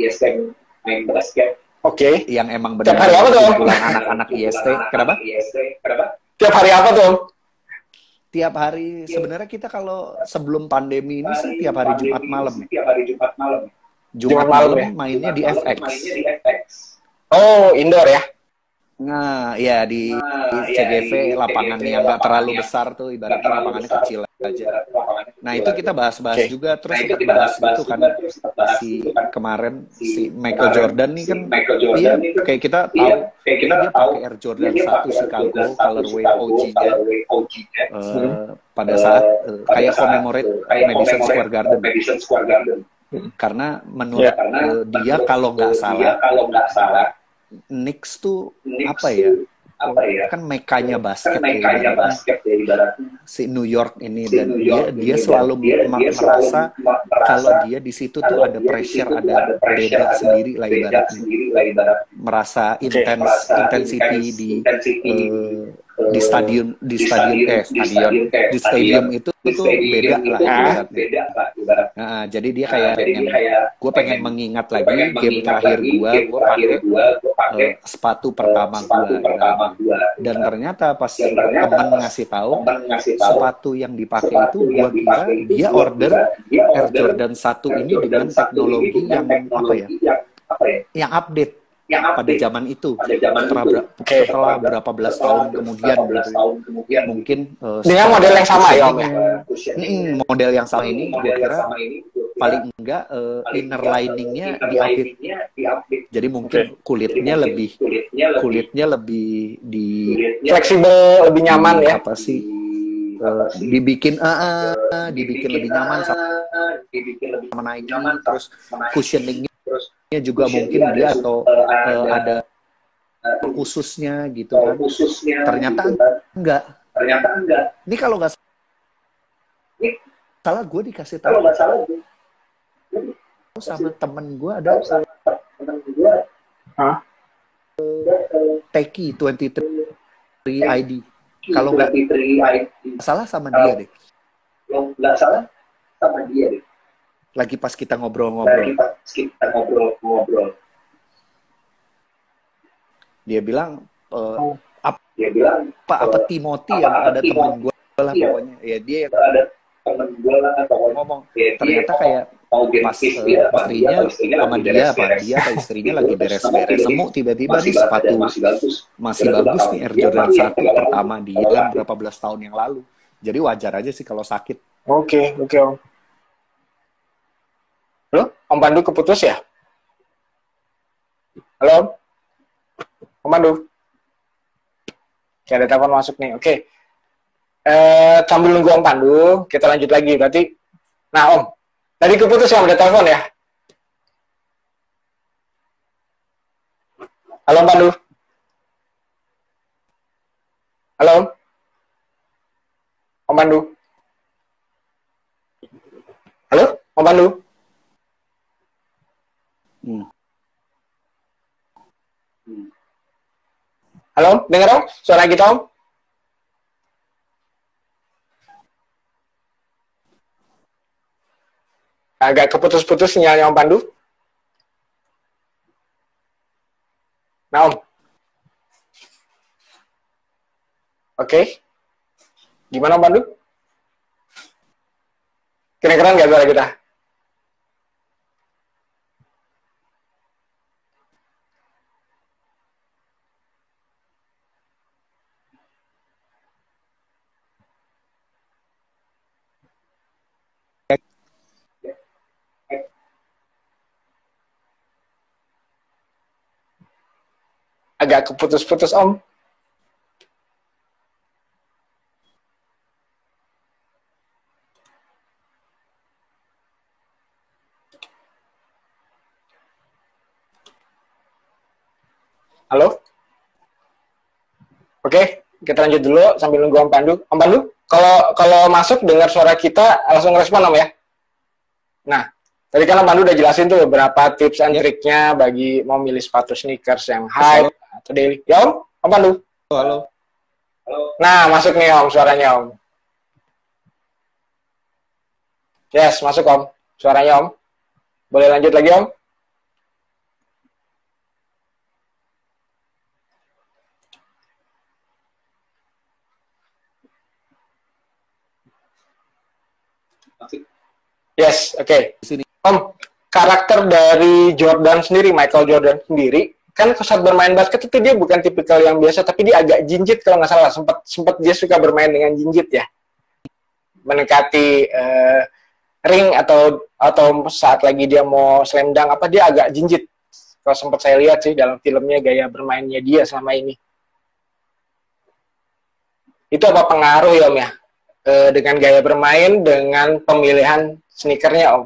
Oke. yang emang Tiap hari apa tuh, Om? kumpulan anak-anak I S T. Kenapa? Tiap hari apa tuh? Om? Tiap hari sebenarnya kita kalau sebelum pandemi ini sih tiap hari Jumat malam. Jumat Jumat malam malam ya? mainnya di F X. Oh, indoor ya? Nah, ya di, di C G V lapangan yang nggak terlalu besar tuh, ibaratnya lapangannya kecil aja. Nah itu kita bahas-bahas Oke. juga, terus Nah, itu sempat kita bahas bahas-bahas itu kan juga, terus sempat bahas si itu kan. kemarin Si si Michael kemarin, Jordan nih si kan Michael Jordan dia ini kan kayak kita dia tahu kayak kita dia tahu pakai Air Jordan dia satu pakai Air Chicago Jordan satu colorway Chicago O G-nya colorway O G-nya eh, pada eh, saat eh, pada kayak saat commemorate eh, kayak Madison commemorate Square Garden Madison Square Garden. karena Ya. menurut Karena eh, dia menurut, kalau nggak eh, dia salah kalau nggak salah Knicks tuh Knicks apa ya tuh apa ya? kan mekanya Kan basket ya mekanya ibaratnya basket ya ibaratnya. si New York ini Si dan New dia York dia ini dan selalu dia ma- dia selalu merasa ma- kalau merasa dia di situ tuh kalau ada dia di pressure situ tuh ada ada pressure beda ada sendiri lah beda ibaratnya sendiri lah ibaratnya. merasa Oke. intens Merasa intensity intens di intensity di eh, eh, di stadion di di stadion stadion eh di stadion stadion kayak di stadion stadium itu di tuh stadium beda itu lah tuh ibaratnya. beda lah ibaratnya. Nah, jadi dia Nah, kayak jadi pengen dia kayak gue pengen pengen mengingat gue lagi pengen game mengingat terakhir lagi gue game gue terakhir pakai gue gue pakai eh, sepatu eh, pertama sepatu gue pertama ibaratnya gue dan ibaratnya. ternyata pas Dan ternyata temen pas ngasih tahu teman ngasih tahu sepatu yang dipakai itu sepatu gue yang kira dipakai itu dia gua order kira dia Air order Jordan satu Air ini Jordan dengan satu ini teknologi dengan yang apa ya teknologi yang apa ya yang update yang pada update zaman itu pada zaman setelah, itu ber- Oke. setelah berapa belas setelah tahun kemudian berapa belas gitu ya. tahun kemudian Mungkin eh, Dengan secara model yang sama ya Om ya. cushioningnya cushioningnya mm, model yang sama ini gue model yang kira sama ini gua kira paling enggak eh, paling inner enggak, liningnya inner diupdate liningnya diupdate. jadi mungkin Oke. Jadi kulitnya mungkin lebih kulitnya lebih kulitnya lebih di, kulitnya Fleksibel, lebih di nyaman ya. apa sih di eh, apa sih dibikin ah ah, dibikin lebih nyaman sama ah, dibikin lebih Nike nyaman terus sama Nike. cushioningnya Terus juga mungkin cushioningnya dia ada atau eh, eh, ada ada eh, khususnya gitu kalau kan khususnya ternyata gitu kan. enggak Ternyata enggak. ini kalau nggak Ini salah gue dikasih kalau tahu nggak salah gue sama temen gue ada sama teman gue Hah? Teki dua puluh tiga I D kalau nggak dua puluh tiga I D. salah sama dia deh Kalau nggak salah sama dia deh. lagi pas kita Nah, ngobrol-ngobrol kita kita ngobrol-ngobrol. dia bilang eh, Oh. Dia bilang apa apa Timothy yang apa ada Timothy temen gue lah ya. pokoknya ya dia yang ada temen gue lah pokoknya ngomong ya, dia ternyata ngomong, kayak mau pas bisnis eh, dia apa dia istrinya atau istrinya sama lagi dia apa beres-beres. dia atau istrinya Gitu, lagi terus beres-beres tiba-tiba semu tiba-tiba masih nih bagus sepatu dan masih bagus. masih Udah bagus bakal nih Air dia Jordan baru yang satu tinggal pertama lalu. dia Kalau kan lagi. berapa belas tahun yang lalu jadi wajar aja sih kalau sakit Oke, oke Om. Halo, Om Pandu keputus ya? Halo, Om? Om Pandu? Oke, ada telepon masuk nih. Oke. Eh, sambil nunggu Om Pandu, kita lanjut lagi. Berarti, nah Om, tadi keputus ya, ada telepon ya? Halo Om Pandu? Halo Om? Om Pandu? Halo, Om Pandu? hmm. Halo, Om? Dengar Om? Suara kita Om? Agak keputus-putus sinyalnya Om Pandu. Nah Om. Oke. Gimana Om Pandu? Keren-keren nggak suara kita? Agak keputus-putus Om. Halo? Oke, kita lanjut dulu sambil nunggu Om Pandu. Om Pandu, kalau kalau masuk dengar suara kita langsung respon Om ya. Nah, tadi kan Om Pandu udah jelasin tuh beberapa tips and Yep. triknya bagi mau milih sepatu sneakers yang hype atau daily. Ya Om, Om Pandu. halo Nah, masuk nih Om suaranya Om. Yes, masuk Om. Suaranya Om. Boleh lanjut lagi Om? Yes, oke. di sini Om, karakter dari Jordan sendiri, Michael Jordan sendiri, kan saat bermain basket itu dia bukan tipikal yang biasa, tapi dia agak jinjit kalau nggak salah. Sempat sempat dia suka bermain dengan jinjit ya. mendekati uh, ring atau atau saat lagi dia mau slam dunk apa dia agak jinjit. Kalau sempat saya lihat sih dalam filmnya gaya bermainnya dia selama ini. Itu apa pengaruh ya Om ya? E, dengan gaya bermain, dengan pemilihan sneakernya Om.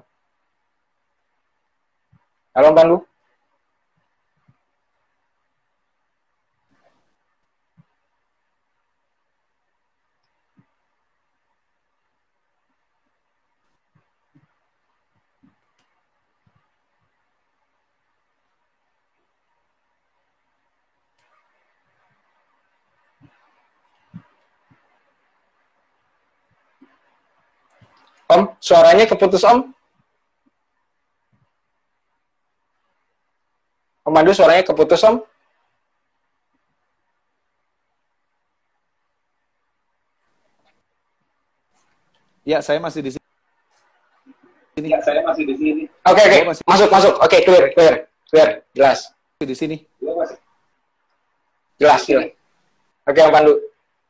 Halo Om Pandu? Om, suaranya keputus Om? Om Pandu suaranya keputus Om? Ya, saya masih di sini. Ya, saya masih di sini. Oke, oke. Masuk, masuk. Oke, clear, clear. Clear, jelas. Di sini. Jelas, jelas. Oke, Om Pandu.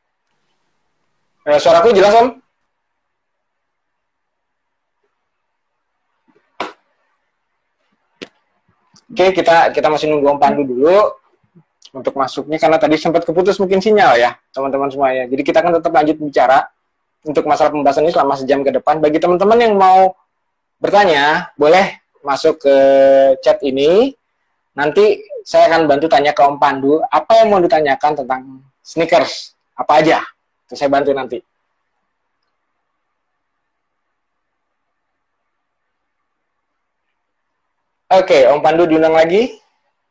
Eh, suaraku jelas, Om? Oke, kita kita masih nunggu Om Pandu dulu untuk masuknya karena tadi sempat keputus mungkin sinyal ya, teman-teman semuanya. Jadi kita akan tetap lanjut bicara untuk masalah pembahasan ini selama sejam ke depan. Bagi teman-teman yang mau bertanya, boleh masuk ke chat ini. Nanti saya akan bantu tanya ke Om Pandu, apa yang mau ditanyakan tentang sneakers, apa aja. Itu saya bantu nanti. Oke, Om Pandu diundang lagi.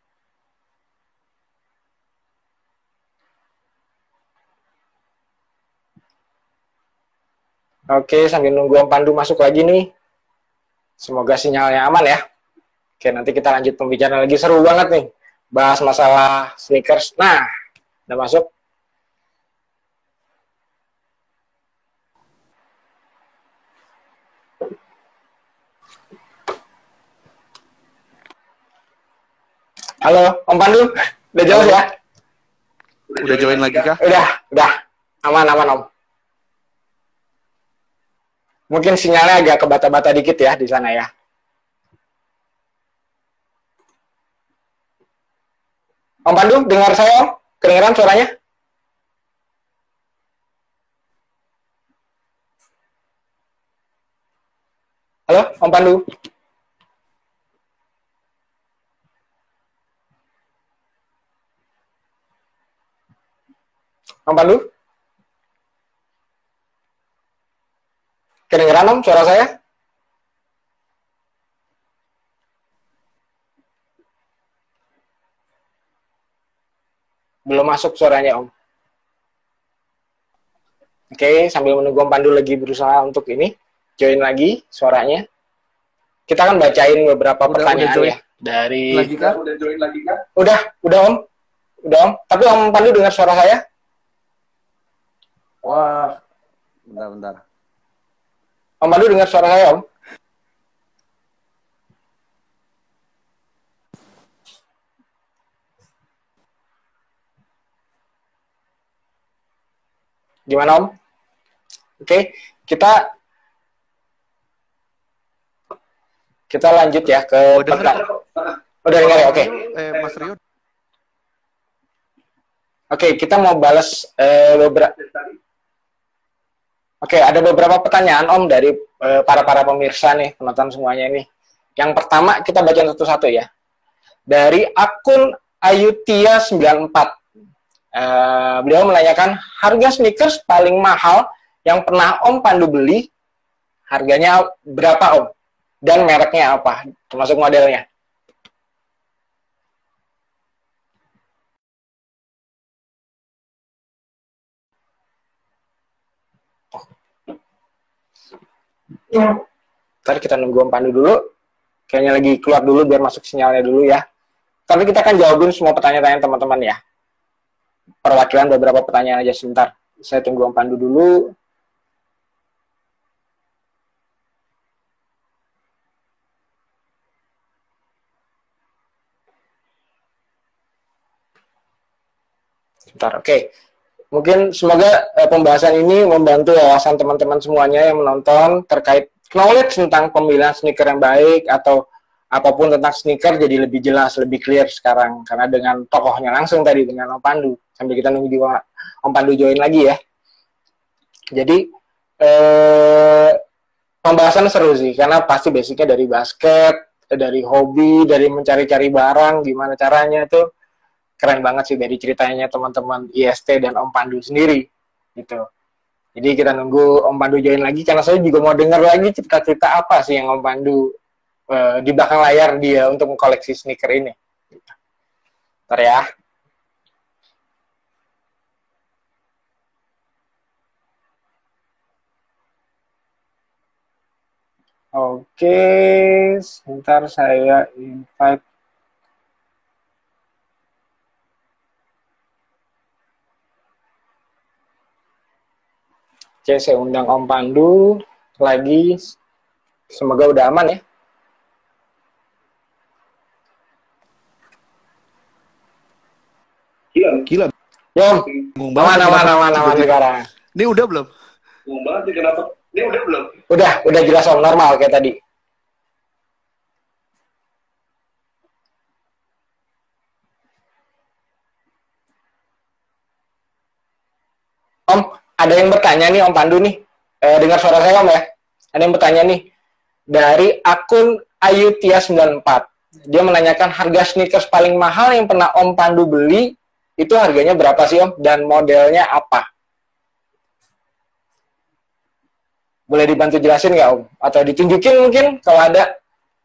Oke, sambil nunggu Om Pandu masuk lagi nih. Semoga sinyalnya aman ya. Oke, nanti kita lanjut pembicaraan lagi. Seru banget nih. Bahas masalah sneakers. Nah, udah masuk. Halo, Om Pandu. Udah jauh ya? Udah join lagi kah? Udah, udah. Aman-aman, Om. Mungkin sinyalnya agak kebata-bata dikit ya di sana ya. Om Pandu, dengar saya Om? Kedengeran suaranya? Halo, Om Pandu? Om Pandu? Kedengeran Om suara saya? Belum masuk suaranya Om. Oke, sambil menunggu Om Pandu lagi berusaha untuk ini, join lagi suaranya. Kita akan bacain beberapa Udah, pertanyaan udah join ya dari. lagi kah? Udah join lagi kan? Udah, udah Om, udah Om. Tapi Om Pandu dengar suara saya? Wah, bentar-bentar. Om Pandu dengar suara saya Om? Gimana Om? Oke, kita kita lanjut ya ke Oh, dengar. pertanyaan. Udah dengar ya? Oke. Eh, Mas Rio. Oke, kita mau balas eh, beberapa. Oke, ada beberapa pertanyaan Om dari eh, para para pemirsa nih, penonton semuanya ini. Yang pertama kita baca satu-satu ya. Dari akun Ayutia sembilan puluh empat. Uh, beliau menanyakan harga sneakers paling mahal yang pernah Om Pandu beli, harganya berapa Om? Dan mereknya apa? Termasuk modelnya. Ntar kita nunggu Om Pandu dulu. Kayaknya lagi keluar dulu biar masuk sinyalnya dulu ya. Tapi kita akan jawabin semua pertanyaan-pertanyaan teman-teman ya. Perwakilan beberapa pertanyaan aja sebentar. Saya tunggu Om Pandu dulu. Sebentar, oke. mungkin semoga uh, pembahasan ini membantu wawasan teman-teman semuanya yang menonton terkait knowledge tentang pemilihan sneaker yang baik atau apapun tentang sneaker jadi lebih jelas, lebih clear sekarang karena dengan tokohnya langsung tadi dengan Om Pandu. Sambil kita nunggu juga Om Pandu join lagi ya. Jadi eh, pembahasan seru sih karena pasti basicnya dari basket, dari hobi, dari mencari-cari barang, gimana caranya tuh keren banget sih dari ceritanya teman-teman I S T dan Om Pandu sendiri gitu. Jadi kita nunggu Om Pandu join lagi karena saya juga mau dengar lagi cerita-cerita apa sih yang Om Pandu uh, di belakang layar dia untuk mengkoleksi sneaker ini. Ntar ya. Oke, sebentar saya invite. Oke, saya undang Om Pandu lagi. Semoga udah aman ya. Gila. Gila. Yom, aman, aman, aman, aman sekarang. Ini udah belum? Ngomong banget nih, kenapa? Ini udah belum? Udah, udah jelas Om, normal kayak tadi. Om, ada yang bertanya nih Om Pandu nih. Eh, dengar suara saya Om ya? Ada yang bertanya nih. Dari akun Ayutia sembilan puluh empat. Dia menanyakan harga sneakers paling mahal yang pernah Om Pandu beli, itu harganya berapa sih Om? Dan modelnya apa? Boleh dibantu jelasin nggak Om? Atau ditunjukin mungkin kalau ada?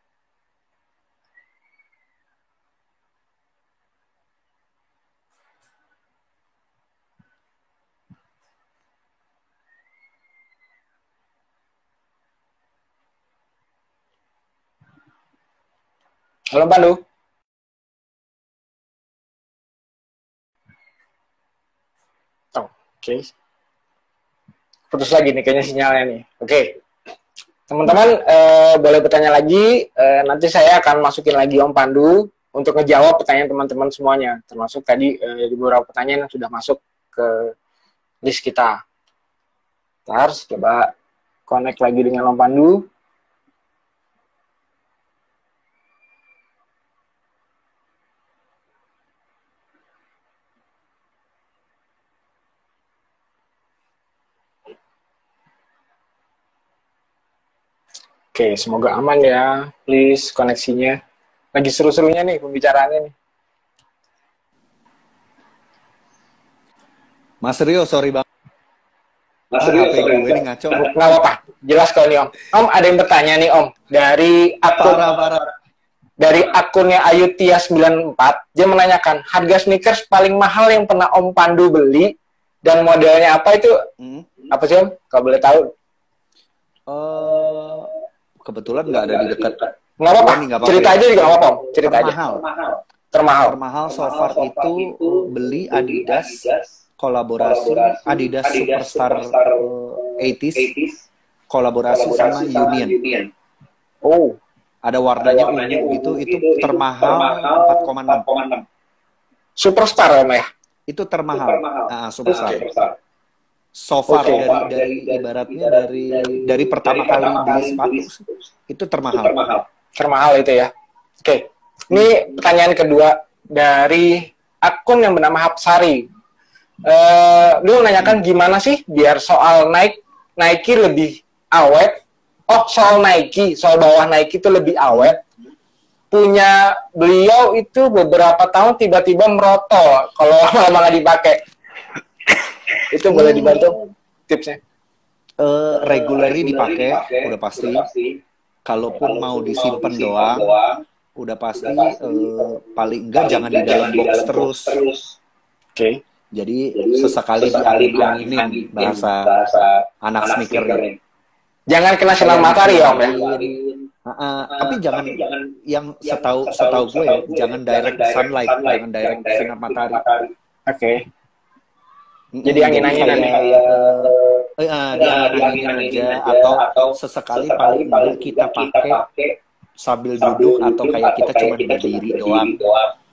Halo Pandu. Oh, oke. Okay. Putus lagi nih kayaknya sinyalnya nih. Oke. Okay. Teman-teman eh, boleh bertanya lagi. Eh, nanti saya akan masukin lagi Om Pandu untuk ngejawab pertanyaan teman-teman semuanya. Termasuk tadi eh, di beberapa pertanyaan yang sudah masuk ke list kita. Ntar coba connect lagi dengan Om Pandu. Oke, semoga aman ya. Please, koneksinya. Lagi seru-serunya nih pembicaraannya nih. Mas Rio, sorry bang. Mas Ah, Rio, H P sorry. gue ini ngaco. Nggak apa-apa. Jelas kok nih Om. Om, ada yang bertanya nih Om. Dari akun, Parah, parah. dari akunnya Ayutia sembilan puluh empat, dia menanyakan, harga sneakers paling mahal yang pernah Om Pandu beli, dan modelnya apa itu? Hmm. Apa sih Om? Kalau boleh tahu. Eh, kebetulan nggak ada di dekat. Nggak apa-apa. Ini nggak apa-apa Cerita ya. aja juga nggak apa-apa Om. Cerita aja. Termahal. Termahal. Termahal so far itu beli Adidas kolaborasi Adidas Superstar eh, delapan puluh kolaborasi sama Union. Oh, Ada warnanya ungu gitu, itu termahal empat koma enam. Superstar Om ya? Itu termahal. Nah, Superstar. So far Oke. dari, dari ibaratnya dari dari pertama kali beli sepatu itu termahal. Termahal itu ya. Oke. Ini pertanyaan kedua dari akun yang bernama Hapsari. Eh, dia menanyakan gimana sih biar soal Nike Nike lebih awet. Oh, soal Nike, soal bawah Nike itu lebih awet. Punya beliau itu beberapa tahun tiba-tiba merotol kalau lama nggak dipakai. Itu boleh dibantu tipsnya? Eh, regularly dipakai udah pasti. Kalaupun mau disimpan doang, udah pasti eh, paling enggak jangan di dalam box terus. Oke. Okay. Jadi sesekali diangin-anginin bahasa anak sneaker ini. Jangan kena sinar matahari ya Om ya. Uh, uh, tapi jangan yang setahu setahu gue ya, jangan direct sunlight, jangan direct sinar matahari. Oke. Okay. Mm-mm, Jadi angin-anginan ya. Eh, uh, diangin-anginin aja atau sesekali paling enggak kita pakai sambil duduk atau kayak kita cuma berdiri doang.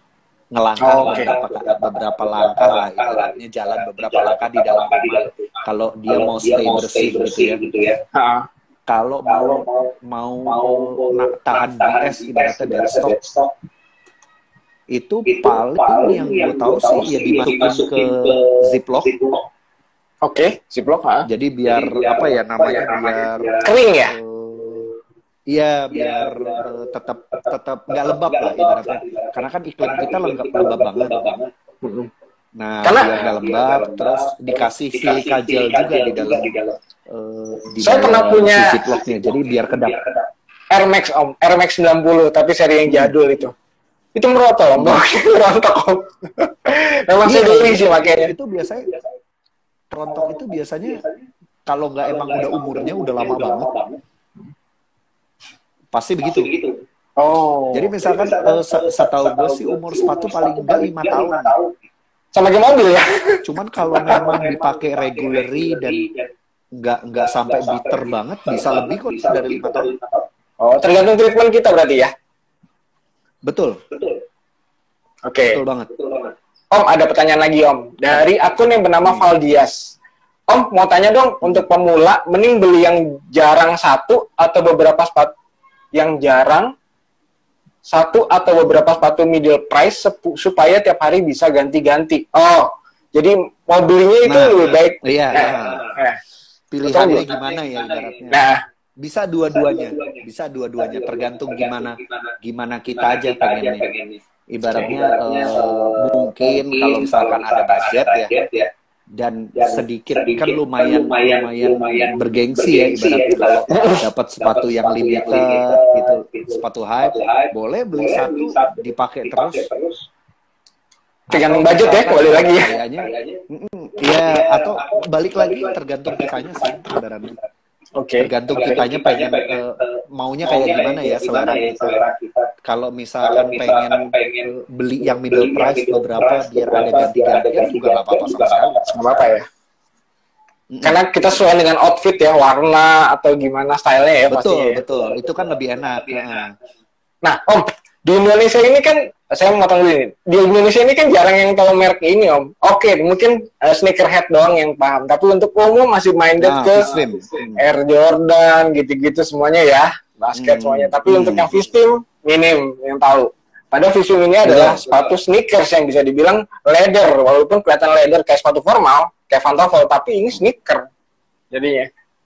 ngelangkah Oh, oke. beberapa beberapa langkah lah, ibaratnya jalan beberapa langkah di dalam rumah. Kalau dia mau stay bersih gitu ya. Ha. Kalau mau mau na- tahan B S ibaratnya deadstock, itu paling yang gue tahu sih ya dimasukin ke ziplock. Oke, ziplock, ha. Jadi biar apa ya namanya biar Kering ya? eh, iya biar eh, tetap tetap nggak lembab lah ibaratnya. Karena kan iklim kita lembab lembab banget. Nah, Karena- biar nggak lembab, terus dikasih silika gel juga di dalam eh, di Saya dalam pernah punya- si ziplocknya. Jadi biar kedap. Air Max Om, Air Max sembilan puluh, tapi seri yang jadul itu. Itu merotol, Om. Merontok, Om. Memang saya Iya, beli sih makanya. Itu biasanya rontok itu biasanya kalau nggak emang udah umurnya udah lama banget, pasti begitu. Oh. Jadi misalkan eh, se- setahu gue sih umur sepatu paling enggak lima tahun. Sama kayak mobil ya? Cuman kalau memang dipakai regularly dan nggak nggak sampai bitter banget, bisa lebih kok dari lima tahun. Oh, tergantung treatment kita berarti ya? Betul, Oke. betul banget. Om, ada pertanyaan lagi, Om. Dari akun yang bernama Valdias. Om, mau tanya dong, untuk pemula, mending beli yang jarang satu atau beberapa sepatu yang jarang satu atau beberapa sepatu middle price sepu- supaya tiap hari bisa ganti-ganti. Oh, jadi mau belinya itu Nah, lebih baik. Iya, Eh, nah, eh. pilihannya gimana ya ibaratnya? Nah, Bisa dua-duanya, bisa dua-duanya tergantung gimana gimana kita aja pengennya. Ibaratnya eh, mungkin kalau misalkan ada budget ya dan sedikit kan lumayan lumayan bergengsi ya ibaratnya kalau dapat sepatu yang limited gitu, sepatu hype, boleh beli satu dipakai terus. tergantung Atau budget ya, misalkan kembali lagi ya. kayaknya, mm-mm, ya atau balik lagi tergantung kitanya sih ibaratnya. Oke. Tergantung kitanya pengen eh, maunya kayak gimana ya selera kita. Kalau misalkan pengen eh, beli yang middle price beberapa biar ada ganti-gantian juga nggak apa-apa sama sekali. Nggak apa-apa ya. Mm-mm. Karena kita sesuai dengan outfit ya, warna atau gimana stylenya ya Betul, pastinya ya. betul. Itu kan lebih enak. Heeh. Nah, Om, di Indonesia ini kan, saya mau potong dulu nih. Di Indonesia ini kan jarang yang tahu merek ini, Om. Oke, mungkin uh, sneakerhead doang yang paham. Tapi untuk umum masih minded Nah, ke Fishtim. Hmm. Air Jordan, gitu-gitu semuanya ya. Basket Hmm. semuanya. Tapi Hmm. untuk yang Fishtim, minim yang tahu. Padahal Fishtim ini adalah Betul. sepatu sneakers yang bisa dibilang leather. Walaupun kelihatan leather kayak sepatu formal, kayak pantofel, tapi ini sneaker. Jadinya.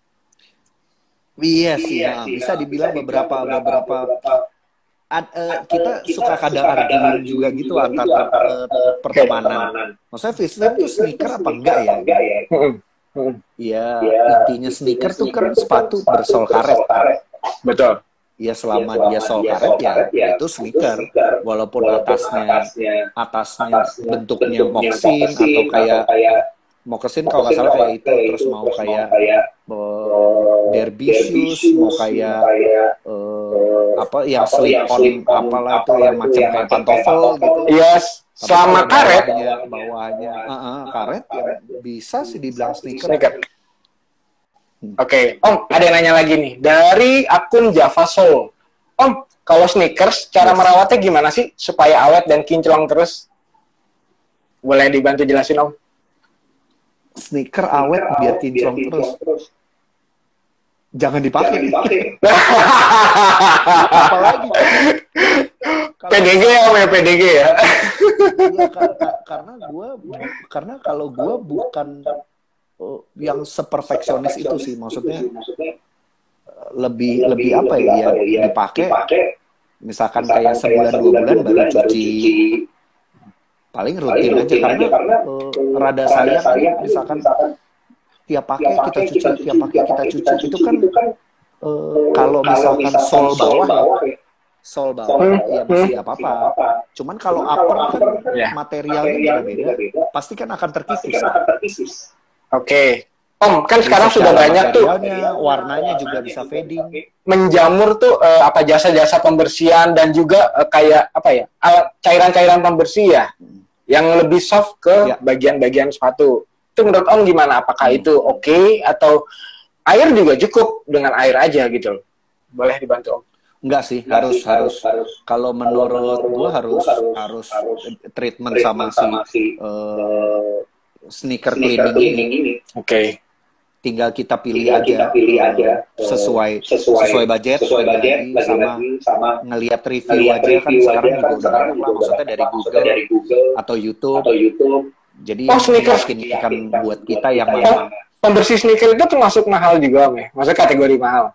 Iya sih, nah, bisa dibilang beberapa beberapa ad, eh, kita suka kadang argumen juga gitu antar eh, pertemanan. Maksudnya Fishtim itu sneaker apa enggak ya? Mm-mm. Mm-mm. Iya, intinya sneaker tuh kan sepatu bersol karet. Betul. Ya selama dia sol karet ya itu sneaker. Walaupun atasnya atasnya bentuknya moksin atau kayak moksin kalau nggak salah kayak itu, terus mau kayak uh, derby shoes, mau kayak uh, apa yang slip on apalah itu yang macam kayak pantofel gitu. Yes, Tapi selama kalau karet, bawahnya, bawahnya uh -uh, karet ya bisa sih dibilang sneaker. sneaker. Oke, Om, ada yang nanya lagi nih dari akun Java Soul. Om, kalau sneakers, cara Yes. merawatnya gimana sih supaya awet dan kinclong terus? Boleh dibantu jelasin, Om? Sneaker awet biar kinclong terus. Jangan dipakai. Apalagi P D G ya, Om, ya, P D G ya. Iya, ka- ka- karena gue karena kalau gue bukan uh, yang seperfeksionis itu sih, maksudnya uh, lebih lebih apa ya, ya dipakai misalkan kayak sebulan dua bulan baru cuci, paling rutin aja karena uh, rada sayang misalkan tiap pakai kita cuci tiap pakai kita cuci itu kan uh, kalau misalkan sol bawah ya, sol bawah ya masih apa-apa. Cuman kalau upper kan Ya. materialnya beda-beda, pasti kan akan terkikis. Oke. Om, kan Bisa sekarang sudah secara banyak tuh materialnya, warnanya juga bisa fading. menjamur tuh eh, apa jasa-jasa pembersihan dan juga eh, kayak apa ya alat cairan-cairan pembersih ya yang lebih soft ke Ya. bagian-bagian sepatu. Itu menurut Om gimana? Apakah Hmm. itu oke atau air juga cukup dengan air aja gitu? Boleh dibantu Om? Enggak sih, harus harus. Kalau menurut gua harus harus treatment sama si eh, sneaker cleaning ini. Oke. Okay. Tinggal kita pilih Tinggal aja, kita pilih uh, aja sesuai sesuai, sesuai budget, sesuai budget lagi, sama, sama ngelihat review aja review kan sekarang juga kan udah banyak lah, maksudnya dari Google, dari Google atau YouTube. Atau YouTube. Jadi oh, meyakinkan buat kita yang mana. Pembersih sneaker itu termasuk mahal juga, Om ya? Maksudnya kategori mahal?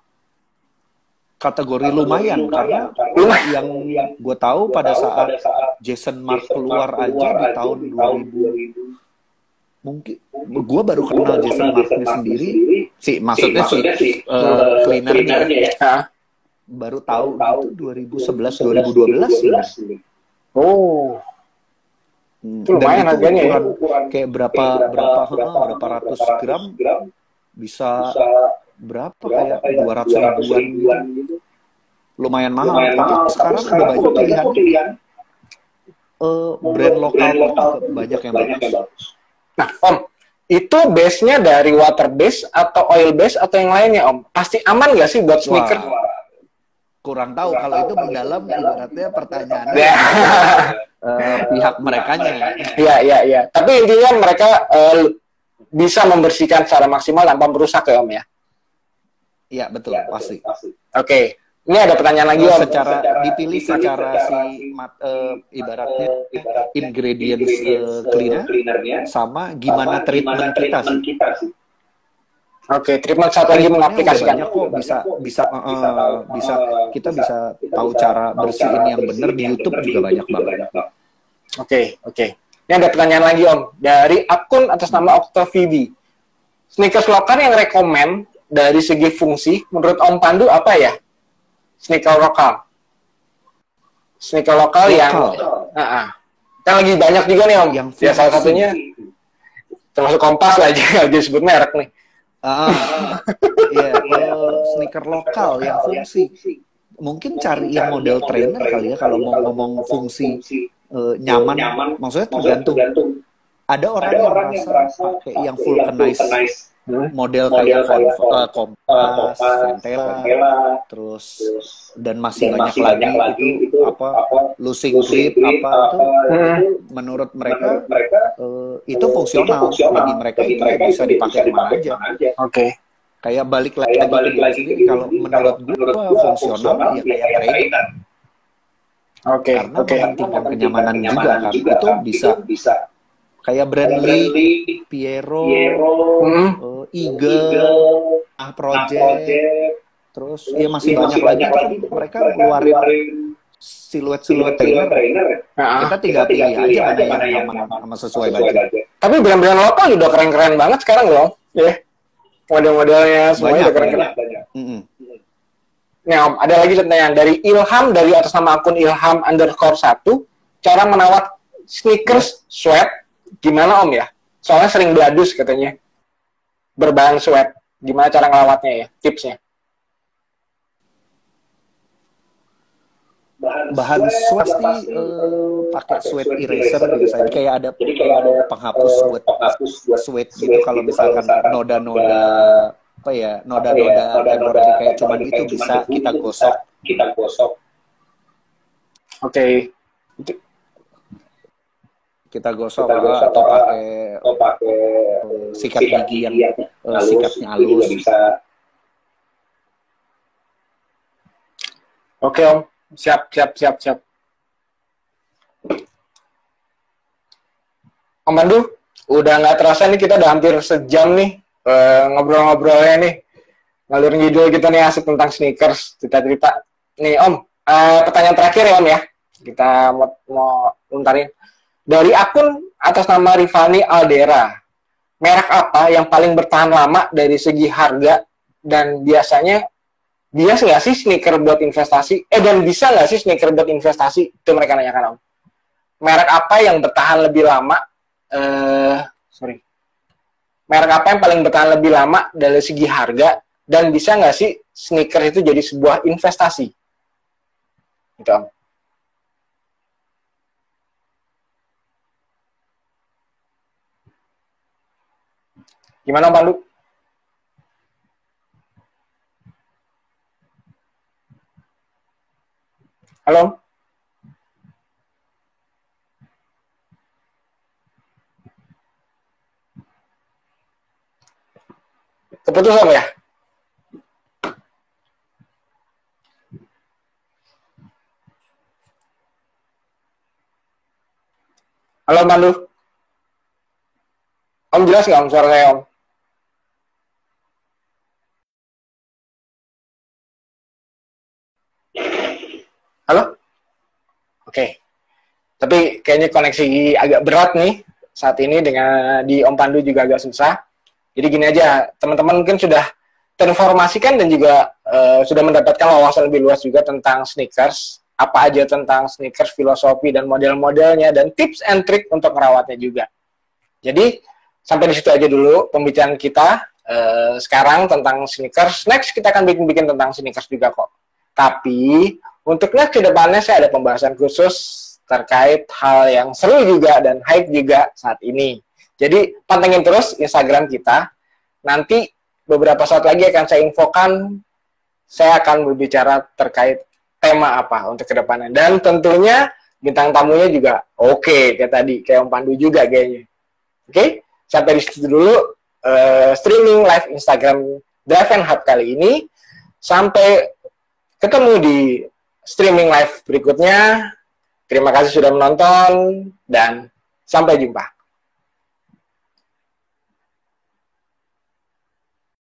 Kategori lumayan, lumayan karena lumayan. yang, yang gue tahu pada saat Jason Mark keluar aja di tahun dua ribu mungkin gue baru kenal Jason Marknya sendiri sih maksudnya si uh, cleanernya ya baru tahu itu dua ribu sebelas dua ribu dua belas oh hmm. itu lumayan harganya ya kayak berapa berapa berapa ratus gram bisa berapa kayak dua ratus ribuan gitu lumayan mahal tapi sekarang udah banyak pilihan uh, brand lokal banyak yang bagus. Nah, Om, itu base-nya dari water base atau oil base atau yang lainnya, Om? Pasti aman nggak sih buat sneaker? Wah, kurang tahu. Kalau itu mendalam, ibaratnya pertanyaannya uh, pihak merekanya. Iya, iya, iya. Tapi intinya mereka uh, bisa membersihkan secara maksimal tanpa merusak ya, Om ya? Iya, betul. Ya, pasti. Oke. Okay. Ini ada pertanyaan lagi, Om. Secara dipilih secara si mat, uh, ibaratnya ingredients uh, cleaner sama gimana treatment kita sih. Oke, okay, treatment satu lagi mengaplikasikan. Banyak kok bisa bisa uh, bisa kita bisa tahu cara bersihin yang benar di YouTube juga banyak banget. Oke, okay, oke. Okay. Ini ada pertanyaan lagi, Om. Dari akun atas nama Octavidi. Sneakers lokal yang rekomen dari segi fungsi, menurut Om Pandu apa ya? Sneaker lokal. Sneaker lokal, lokal. yang uh, uh. Kan lagi banyak juga nih, Om. Yang ya, salah satunya termasuk Kompas lah aja, aja sebut merek nih. Ah, iya, kalau sneaker lokal yang fungsi. Mungkin cari yang model trainer kali ya kalau mau ngomong fungsi uh, nyaman. Maksudnya tergantung. Ada orang yang merasa pakai yang vulcanize model kayak uh, Kompas, Ventela, terus dan masih banyak lagi itu apa losing grip apa itu menurut mereka uh, itu fungsional bagi mereka itu ya bisa dipakai mana aja. Oke. Okay. Kayak balik lagi ke diri sendiri kalau menurut gue fungsional ya kayak trainer. Oke. Okay. Karena okay. mementingkan kenyamanan juga kan itu bisa kayak Brandly, Piero, hmm. uh, Eagle, Ah Project, terus ya masih banyak lagi kan mereka ngeluarin siluet-siluet trainer. Nah, kita tinggal pilih aja mana yang nyaman sama sesuai budget. Tapi brand-brand lokal udah keren-keren banget sekarang loh, ya. Model-modelnya semuanya udah keren-keren. Mm-hmm. Nih Om, ada lagi pertanyaan dari Ilham dari atas nama akun Ilham underscore satu. Cara menawat sneakers sweat gimana Om ya? Soalnya sering beladus katanya. Berbahan sweat. Gimana cara ngelawatnya ya? Tipsnya. Bahan sweat sih uh, pakai sweat eraser biasanya. Kayak ada jadi kayak ada penghapus buat penghapus buat sweat gitu kalau misalkan noda-noda apa ya? Noda-noda temporary kayak cuman itu bisa kita gosok, kita gosok. Oke. Okay. Kita gosok, kita gosok atau pakai atau pakai uh, sikat gigi yang uh, sikatnya halus. Bisa. Oke Om, siap siap siap siap. Om Pandu, udah nggak terasa nih kita udah hampir sejam nih uh, ngobrol-ngobrolnya nih, ngalur ngidul kita nih asik tentang sneakers, cerita-cerita. Nih Om, uh, pertanyaan terakhir ya Om ya, kita mau mau luntarin. Dari akun atas nama Rifani Aldera, merek apa yang paling bertahan lama dari segi harga dan biasanya bias nggak sih sneaker buat investasi? Eh dan bisa nggak sih sneaker buat investasi? Itu mereka nanyakan Om. Merek apa yang bertahan lebih lama? Eh, sorry. Merek apa yang paling bertahan lebih lama dari segi harga dan bisa nggak sih sneaker itu jadi sebuah investasi? Gitu Om. Gimana Om Pandu? Halo? Keputusan ya? Halo Pandu? Om jelas nggak om suara saya om? Halo? Oke. Tapi kayaknya koneksi agak berat nih saat ini dengan di Om Pandu juga agak susah. Jadi gini aja, teman-teman mungkin sudah terinformasikan dan juga uh, sudah mendapatkan wawasan lebih luas juga tentang sneakers, apa aja tentang sneakers, filosofi dan model-modelnya, dan tips and trick untuk merawatnya juga. Jadi sampai di situ aja dulu pembicaraan kita uh, sekarang tentang sneakers. Next kita akan bikin-bikin tentang sneakers juga kok. Tapi untuk next ke depannya saya ada pembahasan khusus terkait hal yang seru juga dan hype juga saat ini. Jadi pantengin terus Instagram kita. Nanti beberapa saat lagi akan saya infokan, saya akan berbicara terkait tema apa untuk kedepannya. Dan tentunya bintang tamunya juga oke, okay, kayak tadi, kayak Om Pandu juga kayaknya. Oke, okay? Sampai di situ dulu uh, streaming live Instagram Drive and Hub kali ini. Sampai ketemu di streaming live berikutnya. Terima kasih sudah menonton dan sampai jumpa.